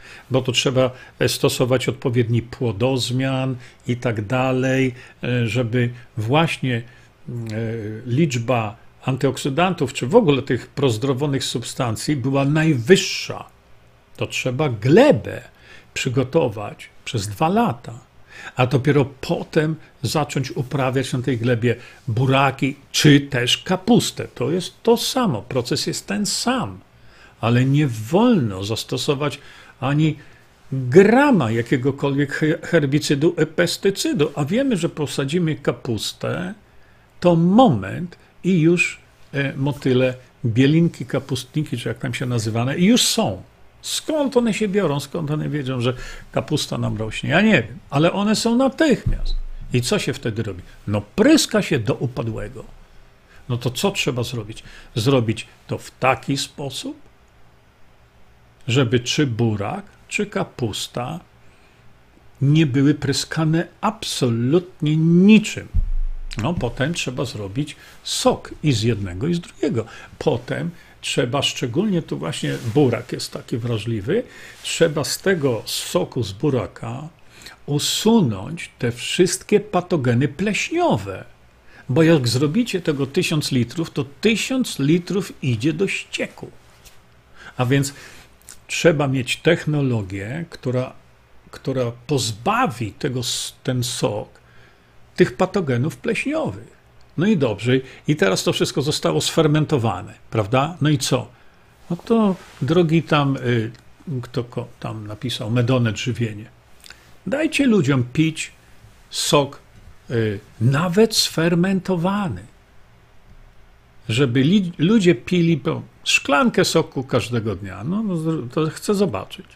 bo to trzeba stosować odpowiedni płodozmian i tak dalej, żeby właśnie liczba antyoksydantów, czy w ogóle tych prozdrowotnych substancji była najwyższa. To trzeba glebę przygotować przez dwa lata, a dopiero potem zacząć uprawiać na tej glebie buraki, czy też kapustę. To jest to samo, proces jest ten sam, ale nie wolno zastosować ani grama jakiegokolwiek herbicydu, pestycydu, a wiemy, że posadzimy kapustę, to moment i już motyle, bielinki, kapustniki, czy jak tam się nazywane, już są. Skąd one się biorą? Skąd one wiedzą, że kapusta nam rośnie? Ja nie wiem, ale one są natychmiast. I co się wtedy robi? No pryska się do upadłego. No to co trzeba zrobić? Zrobić to w taki sposób, żeby czy burak, czy kapusta nie były pryskane absolutnie niczym. No potem trzeba zrobić sok i z jednego, i z drugiego. Potem trzeba, szczególnie tu właśnie burak jest taki wrażliwy, trzeba z tego soku z buraka usunąć te wszystkie patogeny pleśniowe. Bo jak zrobicie tego tysiąc litrów, to tysiąc litrów idzie do ścieku. A więc trzeba mieć technologię, która, która pozbawi tego, ten sok tych patogenów pleśniowych. No i dobrze, i teraz to wszystko zostało sfermentowane, prawda? No i co? No to drogi tam, y, kto tam napisał, Medonet Żywienie. Dajcie ludziom pić sok y, nawet sfermentowany. Żeby li, ludzie pili po szklankę soku każdego dnia. No to chcę zobaczyć.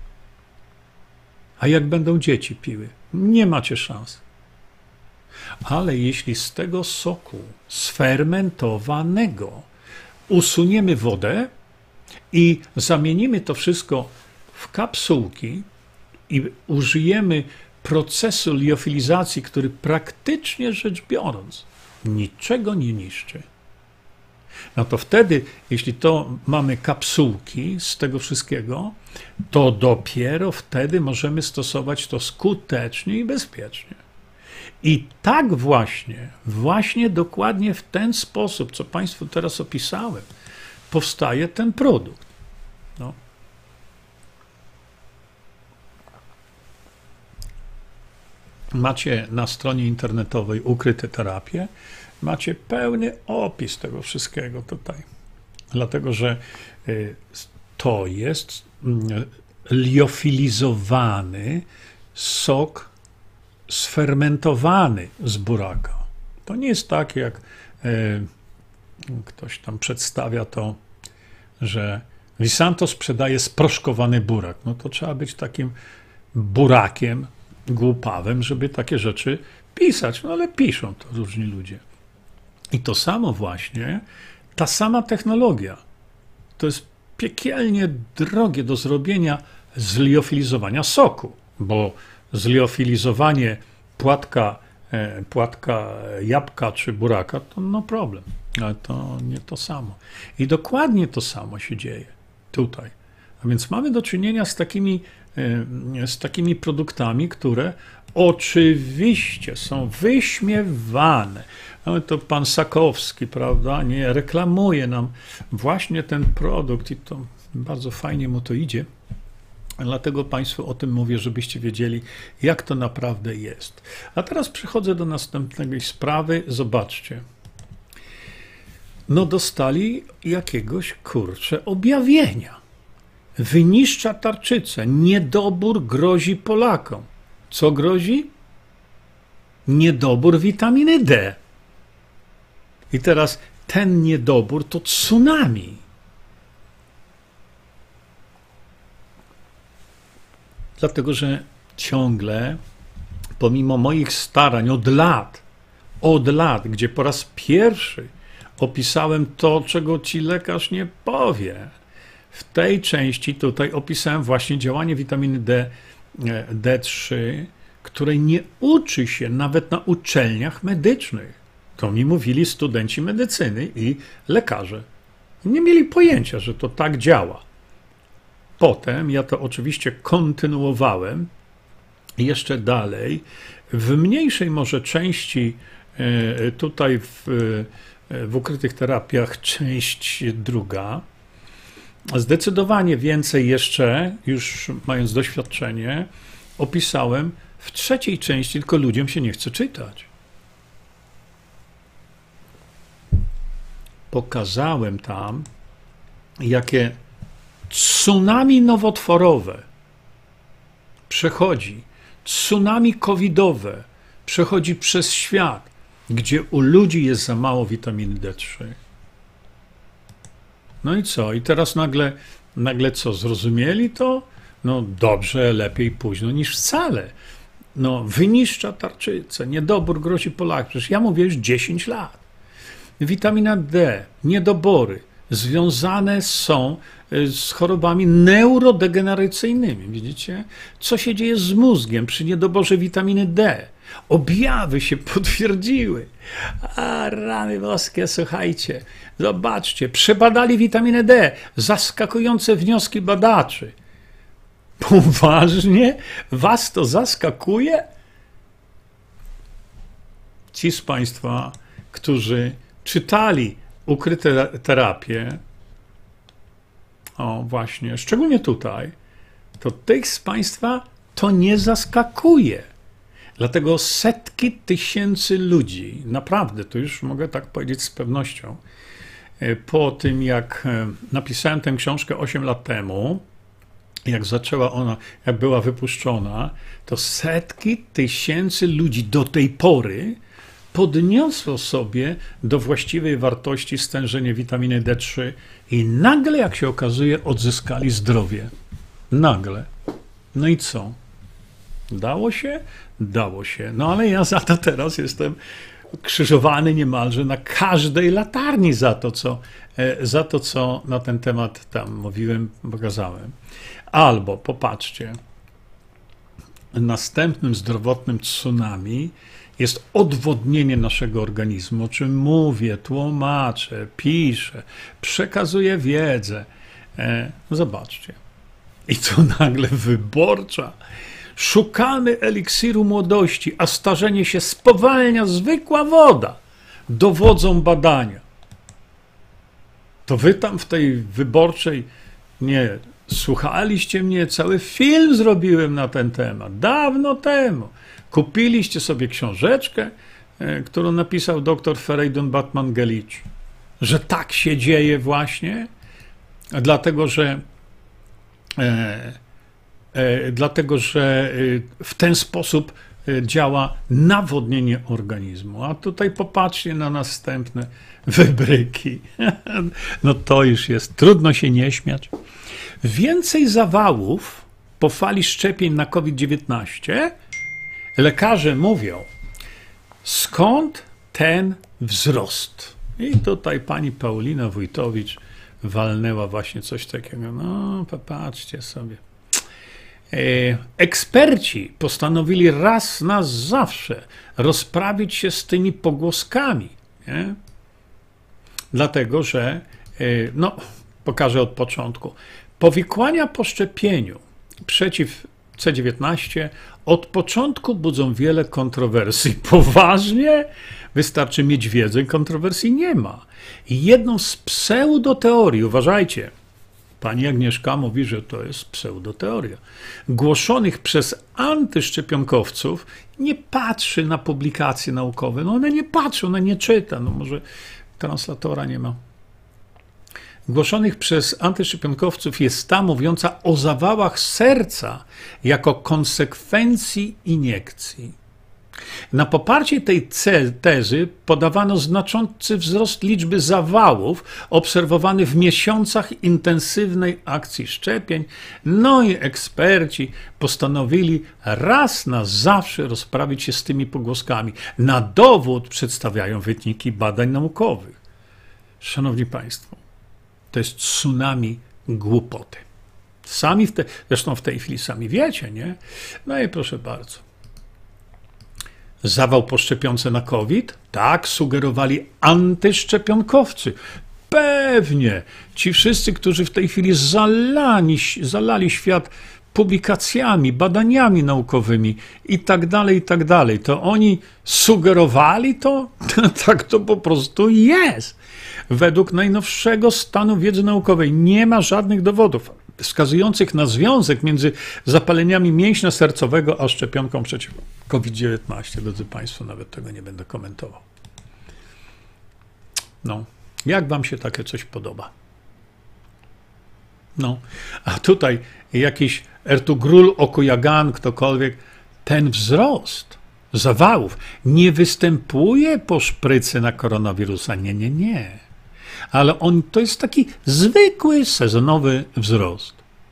A jak będą dzieci piły? Nie macie szans. Ale jeśli z tego soku sfermentowanego usuniemy wodę i zamienimy to wszystko w kapsułki i użyjemy procesu liofilizacji, który praktycznie rzecz biorąc niczego nie niszczy, no to wtedy, jeśli to mamy kapsułki z tego wszystkiego, to dopiero wtedy możemy stosować to skutecznie i bezpiecznie. I tak właśnie, właśnie dokładnie w ten sposób, co Państwu teraz opisałem, powstaje ten produkt. No. Macie na stronie internetowej Ukryte Terapie, macie pełny opis tego wszystkiego tutaj. Dlatego, że to jest liofilizowany sok sfermentowany z buraka. To nie jest tak, jak e, ktoś tam przedstawia to, że Visanto sprzedaje sproszkowany burak. No to trzeba być takim burakiem głupawym, żeby takie rzeczy pisać. No ale piszą to różni ludzie. I to samo właśnie, ta sama technologia. To jest piekielnie drogie do zrobienia zliofilizowania soku, bo zliofilizowanie płatka, płatka jabłka czy buraka to no problem, ale to nie to samo. I dokładnie to samo się dzieje tutaj. A więc mamy do czynienia z takimi, z takimi produktami, które oczywiście są wyśmiewane. No to pan Sakowski, prawda, nie reklamuje nam właśnie ten produkt i to bardzo fajnie mu to idzie. Dlatego Państwu o tym mówię, żebyście wiedzieli, jak to naprawdę jest. A teraz przechodzę do następnej sprawy. Zobaczcie. No dostali jakiegoś, kurczę, objawienia. Wyniszcza tarczycę. Niedobór grozi Polakom. Co grozi? Niedobór witaminy D. I teraz ten niedobór to tsunami. Dlatego, że ciągle, pomimo moich starań od lat, od lat, gdzie po raz pierwszy opisałem to, czego ci lekarz nie powie, w tej części tutaj opisałem właśnie działanie witaminy D, D trzy, której nie uczy się nawet na uczelniach medycznych. To mi mówili studenci medycyny i lekarze. Nie mieli pojęcia, że to tak działa. potem ja to oczywiście kontynuowałem jeszcze dalej, w mniejszej może części tutaj w, w ukrytych terapiach, część druga. Zdecydowanie więcej jeszcze, już mając doświadczenie, opisałem w trzeciej części, tylko ludziom się nie chce czytać. Pokazałem tam, jakie tsunami nowotworowe przechodzi, tsunami covidowe przechodzi przez świat, gdzie u ludzi jest za mało witaminy D trzy. No i co? I teraz nagle, nagle co? Zrozumieli to? No dobrze, lepiej późno niż wcale. No wyniszcza tarczycę, niedobór grozi Polakom. Przecież ja mówię już dziesięć lat. Witamina D, niedobory związane są z chorobami neurodegeneracyjnymi. Widzicie? Co się dzieje z mózgiem przy niedoborze witaminy D? Objawy się potwierdziły. A rany boskie, słuchajcie, zobaczcie, przebadali witaminę D. Zaskakujące wnioski badaczy. Poważnie? Was to zaskakuje? Ci z Państwa, którzy czytali ukryte terapie, o właśnie, szczególnie tutaj, to tych z Państwa to nie zaskakuje. Dlatego setki tysięcy ludzi, naprawdę, to już mogę tak powiedzieć z pewnością, po tym jak napisałem tę książkę osiem lat temu, jak zaczęła ona, jak była wypuszczona, to setki tysięcy ludzi do tej pory podniosło sobie do właściwej wartości stężenie witaminy D trzy i nagle, jak się okazuje, odzyskali zdrowie. Nagle. No i co? Dało się? Dało się. No ale ja za to teraz jestem krzyżowany niemalże na każdej latarni za to, co, za to, co na ten temat tam mówiłem, pokazałem. Albo, popatrzcie, następnym zdrowotnym tsunami jest odwodnienie naszego organizmu, o czym mówię, tłumaczę, piszę, przekazuję wiedzę. Zobaczcie. I to nagle wyborcza. Szukamy eliksiru młodości, a starzenie się spowalnia zwykła woda. Dowodzą badania. To wy tam w tej wyborczej, nie, słuchaliście mnie, cały film zrobiłem na ten temat, dawno temu. Kupiliście sobie książeczkę, którą napisał dr Fereydun Batman-Gelic, że tak się dzieje właśnie, dlatego że e, e, dlatego, że w ten sposób działa nawodnienie organizmu. A tutaj popatrzcie na następne wybryki. No to już jest, trudno się nie śmiać. Więcej zawałów po fali szczepień na COVID dziewiętnaście. Lekarze mówią, skąd ten wzrost? I tutaj pani Paulina Wójtowicz walnęła właśnie coś takiego. No, popatrzcie sobie. E, eksperci postanowili raz na zawsze rozprawić się z tymi pogłoskami. Nie? Dlatego, że, e, no, pokażę od początku. Powikłania po szczepieniu przeciw C dziewiętnaście od początku budzą wiele kontrowersji. Poważnie? Wystarczy mieć wiedzę, kontrowersji nie ma. I jedną z pseudoteorii, uważajcie, pani Agnieszka mówi, że to jest pseudoteoria, głoszonych przez antyszczepionkowców, nie patrzy na publikacje naukowe. No one nie patrzą, one nie czyta. No może translatora nie ma. Głoszonych przez antyszczepionkowców jest ta mówiąca o zawałach serca jako konsekwencji iniekcji. Na poparcie tej tezy podawano znaczący wzrost liczby zawałów obserwowany w miesiącach intensywnej akcji szczepień. No i eksperci postanowili raz na zawsze rozprawić się z tymi pogłoskami. Na dowód przedstawiają wyniki badań naukowych. Szanowni Państwo, to jest tsunami głupoty. Sami w te, zresztą w tej chwili sami wiecie, nie? No i proszę bardzo. Zawał po szczepionce na COVID? Tak, sugerowali antyszczepionkowcy. Pewnie. Ci wszyscy, którzy w tej chwili zalani, zalali świat publikacjami, badaniami naukowymi i tak dalej, i tak dalej, to oni sugerowali to? Tak to po prostu jest. Według najnowszego stanu wiedzy naukowej nie ma żadnych dowodów wskazujących na związek między zapaleniami mięśnia sercowego a szczepionką przeciw COVID dziewiętnaście. Drodzy Państwo, nawet tego nie będę komentował. No, jak wam się takie coś podoba? No, a tutaj jakiś Ertugrul Okuyagan, ktokolwiek, ten wzrost zawałów nie występuje po szprycy na koronawirusa. Nie, nie, nie. Ale on to jest taki zwykły, sezonowy wzrost.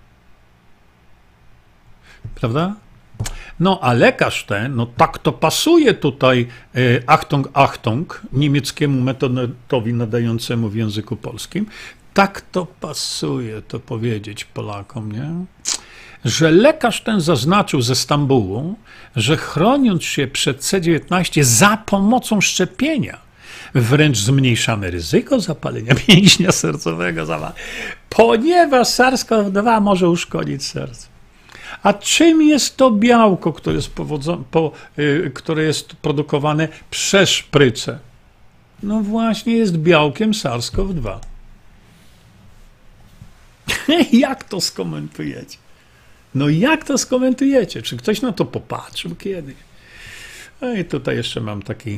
Prawda? No, a lekarz ten, no tak to pasuje tutaj e, Achtung, Achtung, niemieckiemu metodowi nadającemu w języku polskim. Tak to pasuje to powiedzieć Polakom, nie? Że lekarz ten zaznaczył ze Stambułu, że chroniąc się przed C dziewiętnaście za pomocą szczepienia, wręcz zmniejszamy ryzyko zapalenia mięśnia sercowego, ponieważ SARS-CoV dwa może uszkodzić serce. A czym jest to białko, które jest, po, y, które jest produkowane przez szprycę? No właśnie jest białkiem SARS-CoV dwa. Jak to skomentujecie? No jak to skomentujecie? Czy ktoś na to popatrzył kiedyś? No i tutaj jeszcze mam taki...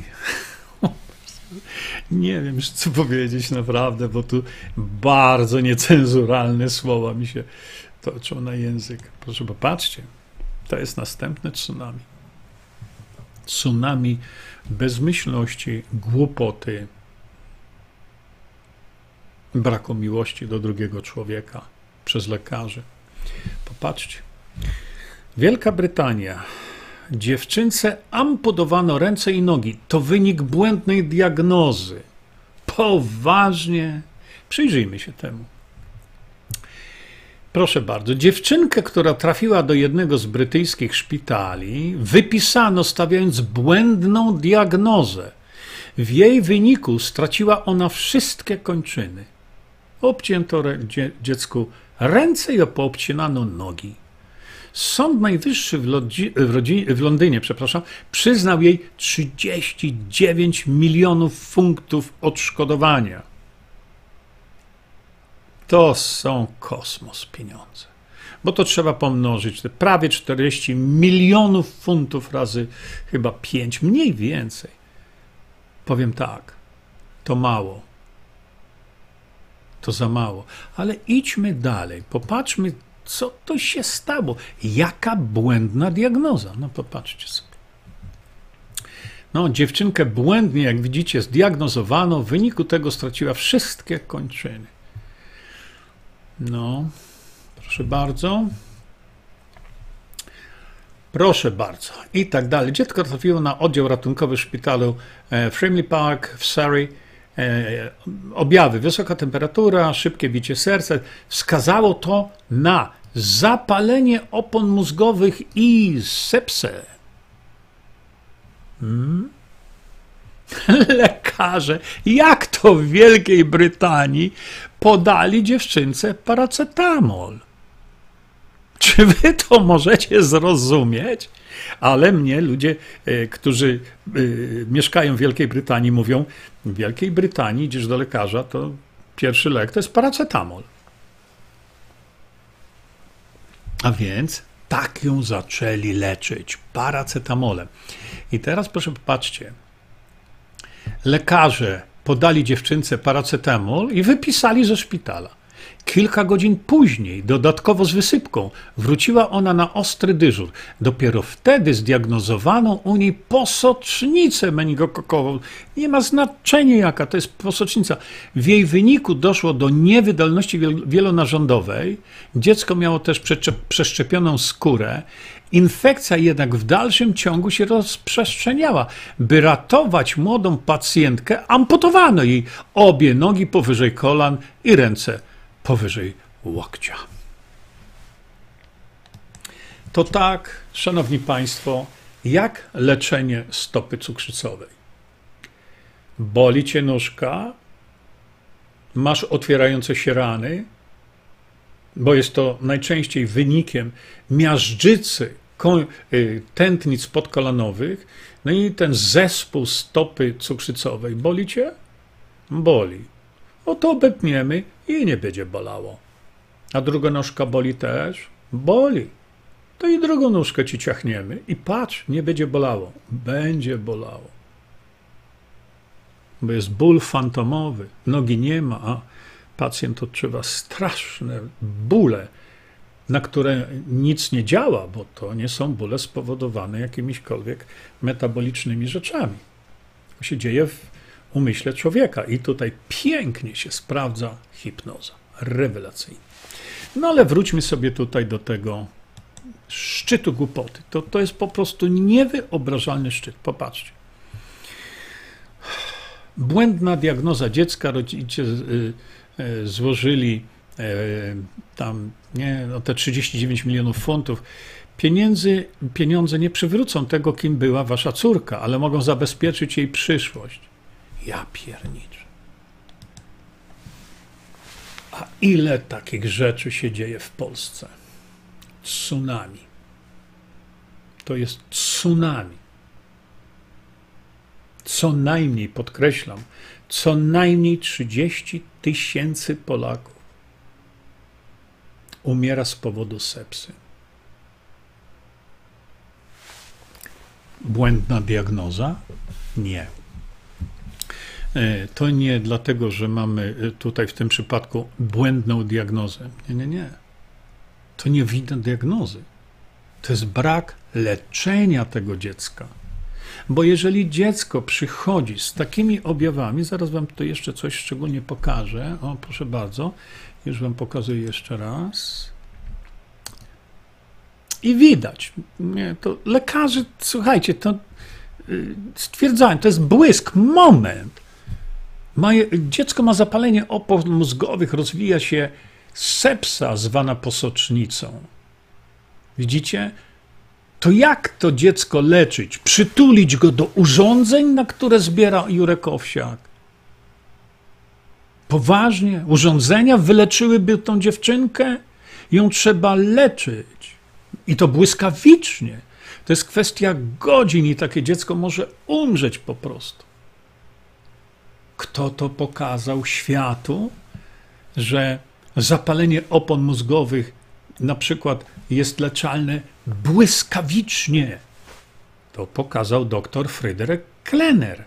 Nie wiem już co powiedzieć naprawdę, bo tu bardzo niecenzuralne słowa mi się toczą na język. Proszę, popatrzcie, to jest następne tsunami. Tsunami bezmyślności, głupoty, braku miłości do drugiego człowieka przez lekarzy. Popatrzcie. Wielka Brytania. Dziewczynce amputowano ręce i nogi. To wynik błędnej diagnozy. Poważnie. Przyjrzyjmy się temu. Proszę bardzo. Dziewczynkę, która trafiła do jednego z brytyjskich szpitali, wypisano stawiając błędną diagnozę. W jej wyniku straciła ona wszystkie kończyny. Obcięto dziecku ręce i poobcinano nogi. Sąd Najwyższy w, Lodzi, w, Rodzi, w Londynie przepraszam, przyznał jej trzydzieści dziewięć milionów funtów odszkodowania. To są kosmos pieniądze. Bo to trzeba pomnożyć. Te prawie czterdzieści milionów funtów razy chyba pięć, mniej więcej. Powiem tak, to mało. To za mało. Ale idźmy dalej. Popatrzmy, co to się stało? Jaka błędna diagnoza? No popatrzcie sobie. No, dziewczynkę błędnie, jak widzicie, zdiagnozowano. W wyniku tego straciła wszystkie kończyny. No, proszę bardzo. Proszę bardzo. I tak dalej. Dziecko trafiło na oddział ratunkowy w szpitalu Frimley Park w Surrey. Objawy, wysoka temperatura, szybkie bicie serca, wskazało to na zapalenie opon mózgowych i sepsę. Hmm? Lekarze, jak to w Wielkiej Brytanii podali dziewczynce paracetamol? Czy wy to możecie zrozumieć? Ale mnie ludzie, którzy mieszkają w Wielkiej Brytanii, mówią, w Wielkiej Brytanii idziesz do lekarza, to pierwszy lek to jest paracetamol. A więc tak ją zaczęli leczyć paracetamolem. I teraz proszę popatrzcie, lekarze podali dziewczynce paracetamol i wypisali ze szpitala. Kilka godzin później, dodatkowo z wysypką, wróciła ona na ostry dyżur. Dopiero wtedy zdiagnozowano u niej posocznicę meningokokową. Nie ma znaczenia jaka to jest posocznica. W jej wyniku doszło do niewydolności wielonarządowej. Dziecko miało też przeszczepioną skórę. Infekcja jednak w dalszym ciągu się rozprzestrzeniała. By ratować młodą pacjentkę, amputowano jej obie nogi powyżej kolan i ręce powyżej łokcia. To tak, szanowni państwo, jak leczenie stopy cukrzycowej. Boli cię nóżka? masz otwierające się rany, bo jest to najczęściej wynikiem miażdżycy tętnic podkolanowych, no i ten zespół stopy cukrzycowej. Boli cię? Boli. O to obetniemy i nie będzie bolało. A druga nóżka boli też? Boli. To i drugą nóżkę ci ciachniemy i patrz, nie będzie bolało. Będzie bolało. Bo jest ból fantomowy. Nogi nie ma, a pacjent odczuwa straszne bóle, na które nic nie działa, bo to nie są bóle spowodowane jakimiśkolwiek metabolicznymi rzeczami. To się dzieje w umyśle człowieka i tutaj pięknie się sprawdza hipnoza. Rewelacyjnie. No ale wróćmy sobie tutaj do tego szczytu głupoty. To, to jest po prostu niewyobrażalny szczyt. Popatrzcie. Błędna diagnoza dziecka, rodzice y, y, złożyli y, tam nie, no te trzydzieści dziewięć milionów funtów. Pieniędzy, pieniądze nie przywrócą tego, kim była wasza córka, ale mogą zabezpieczyć jej przyszłość. Ja pierniczę. A ile takich rzeczy się dzieje w Polsce? Tsunami. To jest tsunami. Co najmniej, podkreślam, co najmniej trzydzieści tysięcy Polaków umiera z powodu sepsy. Błędna diagnoza? Nie. To nie dlatego, że mamy tutaj w tym przypadku błędną diagnozę. Nie, nie, nie. To nie widać diagnozy. To jest brak leczenia tego dziecka. Bo jeżeli dziecko przychodzi z takimi objawami, zaraz wam to jeszcze coś szczególnie pokażę. O, proszę bardzo, już wam pokazuję jeszcze raz. I widać, nie, to lekarze, słuchajcie, to yy, stwierdzają, to jest błysk, moment. Ma, dziecko ma zapalenie opon mózgowych, rozwija się sepsa zwana posocznicą. Widzicie? To jak to dziecko leczyć? Przytulić go do urządzeń, na które zbiera Jurek Owsiak? Poważnie? Urządzenia wyleczyłyby tą dziewczynkę? Ją trzeba leczyć. I to błyskawicznie. To jest kwestia godzin i takie dziecko może umrzeć po prostu. Kto to pokazał światu, że zapalenie opon mózgowych na przykład jest leczalne błyskawicznie? To pokazał dr Fryderyk Klenner.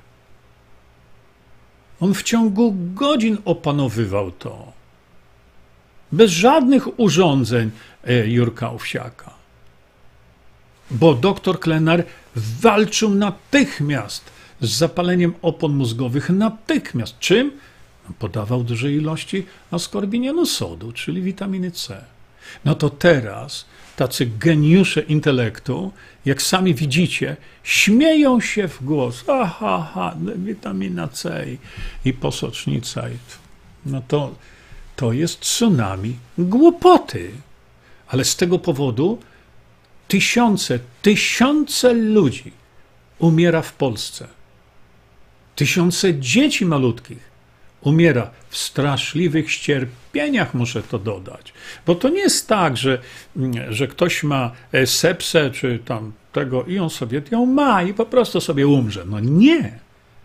On w ciągu godzin opanowywał to. Bez żadnych urządzeń Jurka Owsiaka. Bo dr Klenner walczył natychmiast z zapaleniem opon mózgowych. Natychmiast. Czym? Podawał duże ilości askorbinianu sodu, czyli witaminy C. No to teraz tacy geniusze intelektu, jak sami widzicie, śmieją się w głos. Aha, ha, witamina C i, i posocznica. No to, to jest tsunami głupoty. Ale z tego powodu tysiące, tysiące ludzi umiera w Polsce. Tysiące dzieci malutkich umiera w straszliwych ścierpieniach, muszę to dodać. Bo to nie jest tak, że, że ktoś ma sepsę czy tam tego i on sobie ją ma i po prostu sobie umrze. No nie.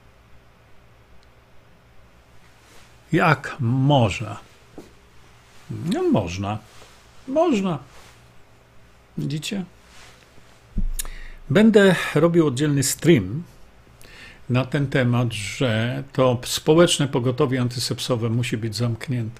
Jak można? No można. Można. Widzicie? Będę robił oddzielny stream na ten temat, że to społeczne pogotowie antysepsowe musi być zamknięte.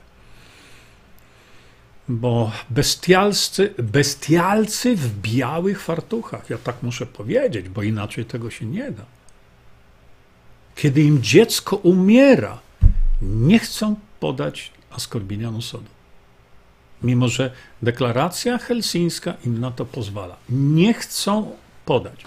Bo bestialscy, bestialcy w białych fartuchach, ja tak muszę powiedzieć, bo inaczej tego się nie da. Kiedy im dziecko umiera, nie chcą podać askorbinianu sodu. Mimo że deklaracja helsińska im na to pozwala. Nie chcą podać.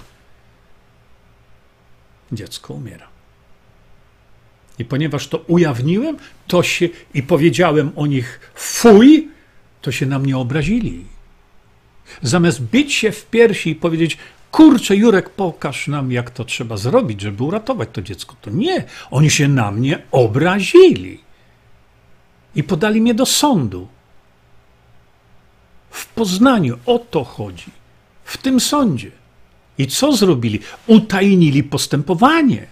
Dziecko umiera. I ponieważ to ujawniłem, to się i powiedziałem o nich fuj, to się na mnie obrazili. Zamiast bić się w piersi i powiedzieć, kurczę, Jurek, pokaż nam, jak to trzeba zrobić, żeby uratować to dziecko. To nie, oni się na mnie obrazili. i podali mnie do sądu. W Poznaniu o to chodzi. W tym sądzie. I co zrobili? Utajnili postępowanie.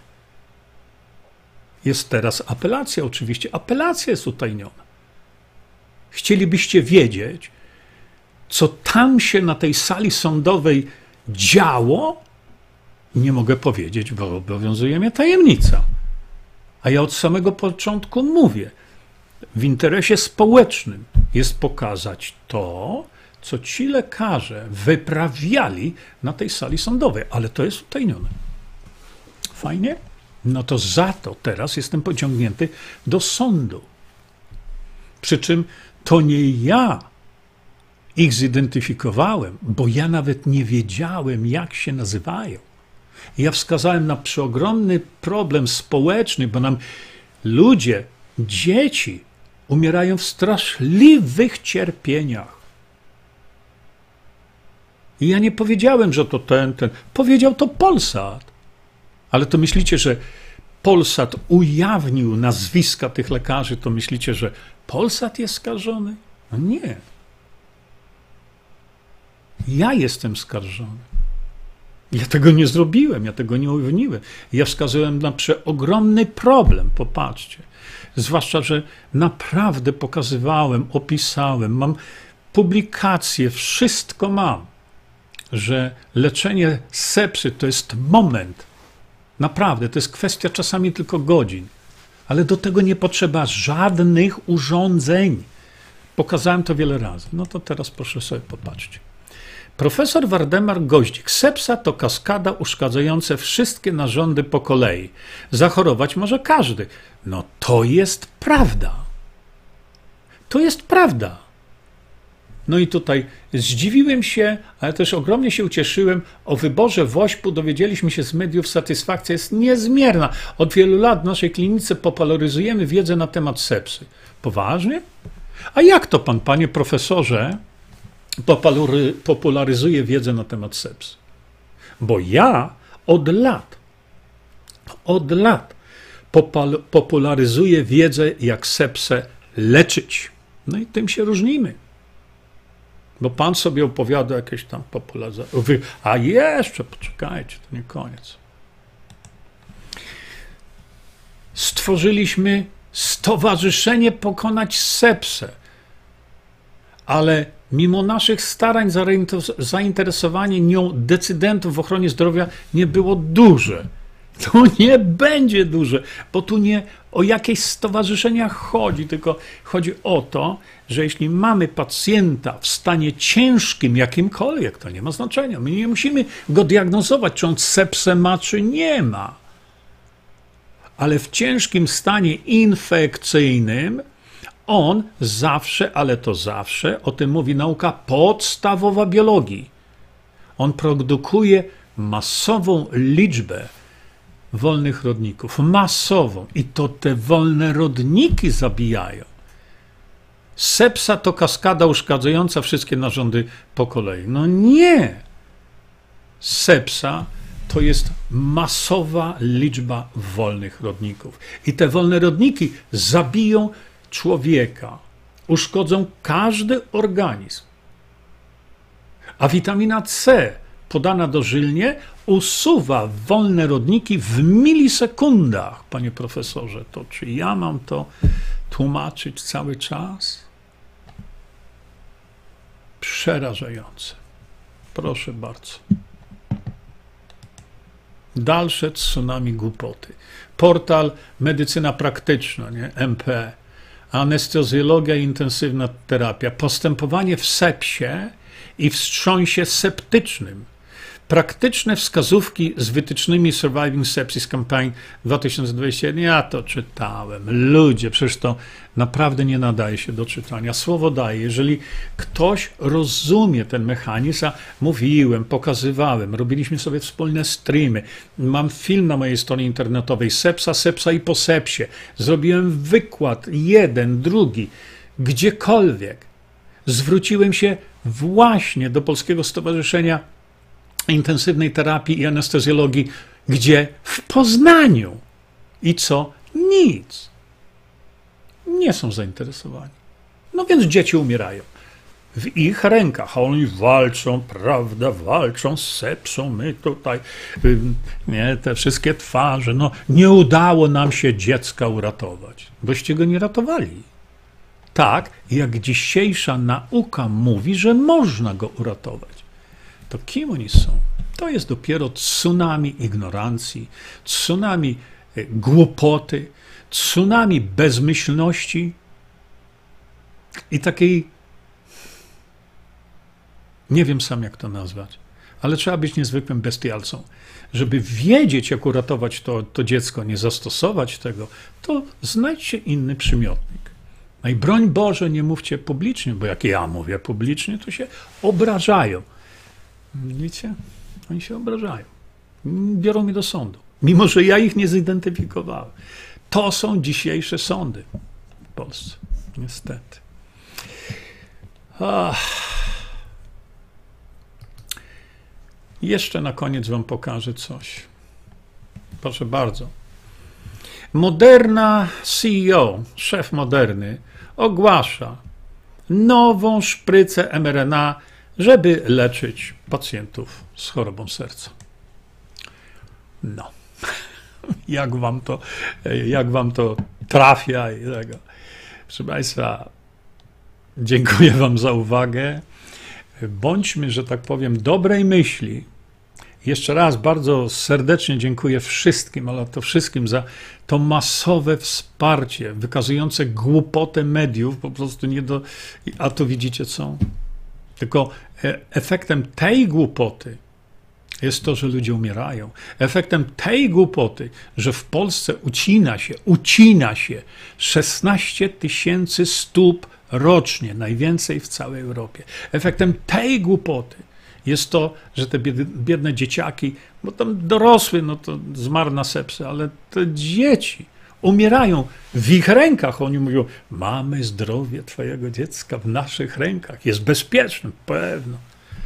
Jest teraz apelacja, oczywiście. Apelacja jest utajniona. Chcielibyście wiedzieć, co tam się na tej sali sądowej działo? Nie mogę powiedzieć, bo obowiązuje mnie tajemnica. A ja od samego początku mówię, w interesie społecznym jest pokazać to, co ci lekarze wyprawiali na tej sali sądowej, ale to jest utajnione. Fajnie? No to za to teraz jestem pociągnięty do sądu. Przy czym to nie ja ich zidentyfikowałem, bo ja nawet nie wiedziałem, jak się nazywają. Ja wskazałem na przeogromny problem społeczny, bo nam ludzie, dzieci umierają w straszliwych cierpieniach. I ja nie powiedziałem, że to ten, ten. Powiedział to Polsat. Ale to myślicie, że Polsat ujawnił nazwiska tych lekarzy, to myślicie, że Polsat jest skarżony? No nie. Ja jestem skarżony. Ja tego nie zrobiłem, ja tego nie ujawniłem. Ja wskazałem na przeogromny problem, popatrzcie. Zwłaszcza, że naprawdę pokazywałem, opisałem, mam publikacje, wszystko mam, że leczenie sepsy to jest moment. Naprawdę, to jest kwestia czasami tylko godzin. Ale do tego nie potrzeba żadnych urządzeń. Pokazałem to wiele razy. No to teraz proszę sobie popatrzcie. Profesor Waldemar Goździk. Sepsa to kaskada uszkadzająca wszystkie narządy po kolei. Zachorować może każdy. No to jest prawda. To jest prawda. No i tutaj zdziwiłem się, ale też ogromnie się ucieszyłem. O wyborze wośpu dowiedzieliśmy się z mediów. Satysfakcja jest niezmierna. Od wielu lat w naszej klinice popularyzujemy wiedzę na temat sepsy. Poważnie? A jak to pan, panie profesorze, popularyzuje wiedzę na temat sepsy? Bo ja od lat, od lat popularyzuję wiedzę, jak sepsę leczyć. No i tym się różnimy. Bo pan sobie opowiada jakieś tam popularyzacje. A jeszcze, poczekajcie, to nie koniec. Stworzyliśmy Stowarzyszenie Pokonać Sepsę. Ale mimo naszych starań zainteresowanie nią decydentów w ochronie zdrowia nie było duże. To nie będzie duże, bo tu nie o jakieś stowarzyszenia chodzi, tylko chodzi o to, że jeśli mamy pacjenta w stanie ciężkim, jakimkolwiek, to nie ma znaczenia. My nie musimy go diagnozować, czy on sepsę ma, czy nie ma. Ale w ciężkim stanie infekcyjnym on zawsze, ale to zawsze, o tym mówi nauka podstawowa biologii. On produkuje masową liczbę wolnych rodników. Masową. I to te wolne rodniki zabijają. Sepsa to kaskada uszkadzająca wszystkie narządy po kolei. No nie. Sepsa to jest masowa liczba wolnych rodników. I te wolne rodniki zabiją człowieka. Uszkodzą każdy organizm. A witamina C podana dożylnie usuwa wolne rodniki w milisekundach. Panie profesorze, to czy ja mam to tłumaczyć cały czas? Przerażające. Proszę bardzo. Dalsze tsunami głupoty. Portal Medycyna Praktyczna, nie? M P. Anestezjologia i intensywna terapia. Postępowanie w sepsie i wstrząsie septycznym. Praktyczne wskazówki z wytycznymi Surviving Sepsis Campaign dwa tysiące dwudziesty jeden. Ja to czytałem. Ludzie, przecież to naprawdę nie nadaje się do czytania. Słowo daje. Jeżeli ktoś rozumie ten mechanizm, a mówiłem, pokazywałem, robiliśmy sobie wspólne streamy. Mam film na mojej stronie internetowej Sepsa, Sepsa i po sepsie. Zrobiłem wykład, jeden, drugi, gdziekolwiek. Zwróciłem się właśnie do Polskiego Stowarzyszenia Intensywnej Terapii i Anestezjologii, gdzie w Poznaniu. I co? Nic. Nie są zainteresowani. No więc dzieci umierają. W ich rękach, a oni walczą, prawda, walczą z sepsą, my tutaj, nie, te wszystkie twarze, no nie udało nam się dziecka uratować, boście go nie ratowali. Tak, jak dzisiejsza nauka mówi, że można go uratować. To kim oni są? To jest dopiero tsunami ignorancji, tsunami głupoty, tsunami bezmyślności i takiej, nie wiem sam jak to nazwać, ale trzeba być niezwykłym bestialcą. Żeby wiedzieć, jak uratować to, to dziecko, nie zastosować tego, to znajdźcie inny przymiotnik. No i broń Boże, nie mówcie publicznie, bo jak ja mówię publicznie, to się obrażają. Widzicie? Oni się obrażają. Biorą mnie do sądu, mimo że ja ich nie zidentyfikowałem. To są dzisiejsze sądy w Polsce. Niestety. Ach. Jeszcze na koniec wam pokażę coś. Proszę bardzo. Moderna C E O, szef Moderny, ogłasza nową szprycę M R N A, żeby leczyć pacjentów z chorobą serca. No. Jak wam to, jak wam to trafia i tego. Proszę Państwa, dziękuję wam za uwagę. Bądźmy, że tak powiem, dobrej myśli. Jeszcze raz bardzo serdecznie dziękuję wszystkim, ale to wszystkim za to masowe wsparcie wykazujące głupotę mediów, po prostu nie do... A tu widzicie co? Tylko efektem tej głupoty jest to, że ludzie umierają. Efektem tej głupoty, że w Polsce ucina się, ucina się szesnaście tysięcy stóp rocznie, najwięcej w całej Europie. Efektem tej głupoty jest to, że te biedne dzieciaki, bo tam dorosły, no to zmarł na sepsę, ale te dzieci umierają w ich rękach. Oni mówią, mamy zdrowie twojego dziecka w naszych rękach, jest bezpieczne, pewno.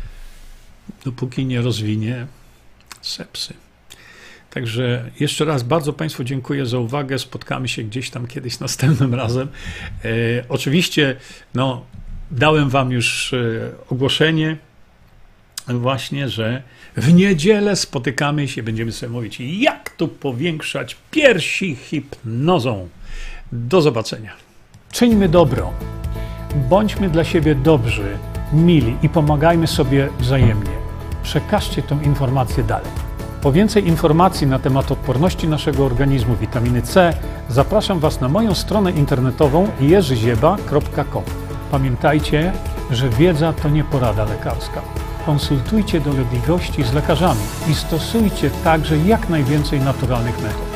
Dopóki nie rozwinie sepsy. Także jeszcze raz bardzo Państwu dziękuję za uwagę. Spotkamy się gdzieś tam kiedyś następnym razem. E, oczywiście no, dałem Wam już e, ogłoszenie właśnie, że w niedzielę spotykamy się, będziemy sobie mówić, jak tu powiększać piersi hipnozą. Do zobaczenia. Czyńmy dobro. Bądźmy dla siebie dobrzy, mili i pomagajmy sobie wzajemnie. Przekażcie tę informację dalej. Po więcej informacji na temat odporności naszego organizmu witaminy C zapraszam Was na moją stronę internetową jerzy zieba kropka com. Pamiętajcie, że wiedza to nie porada lekarska. Konsultujcie dolegliwości z lekarzami i stosujcie także jak najwięcej naturalnych metod.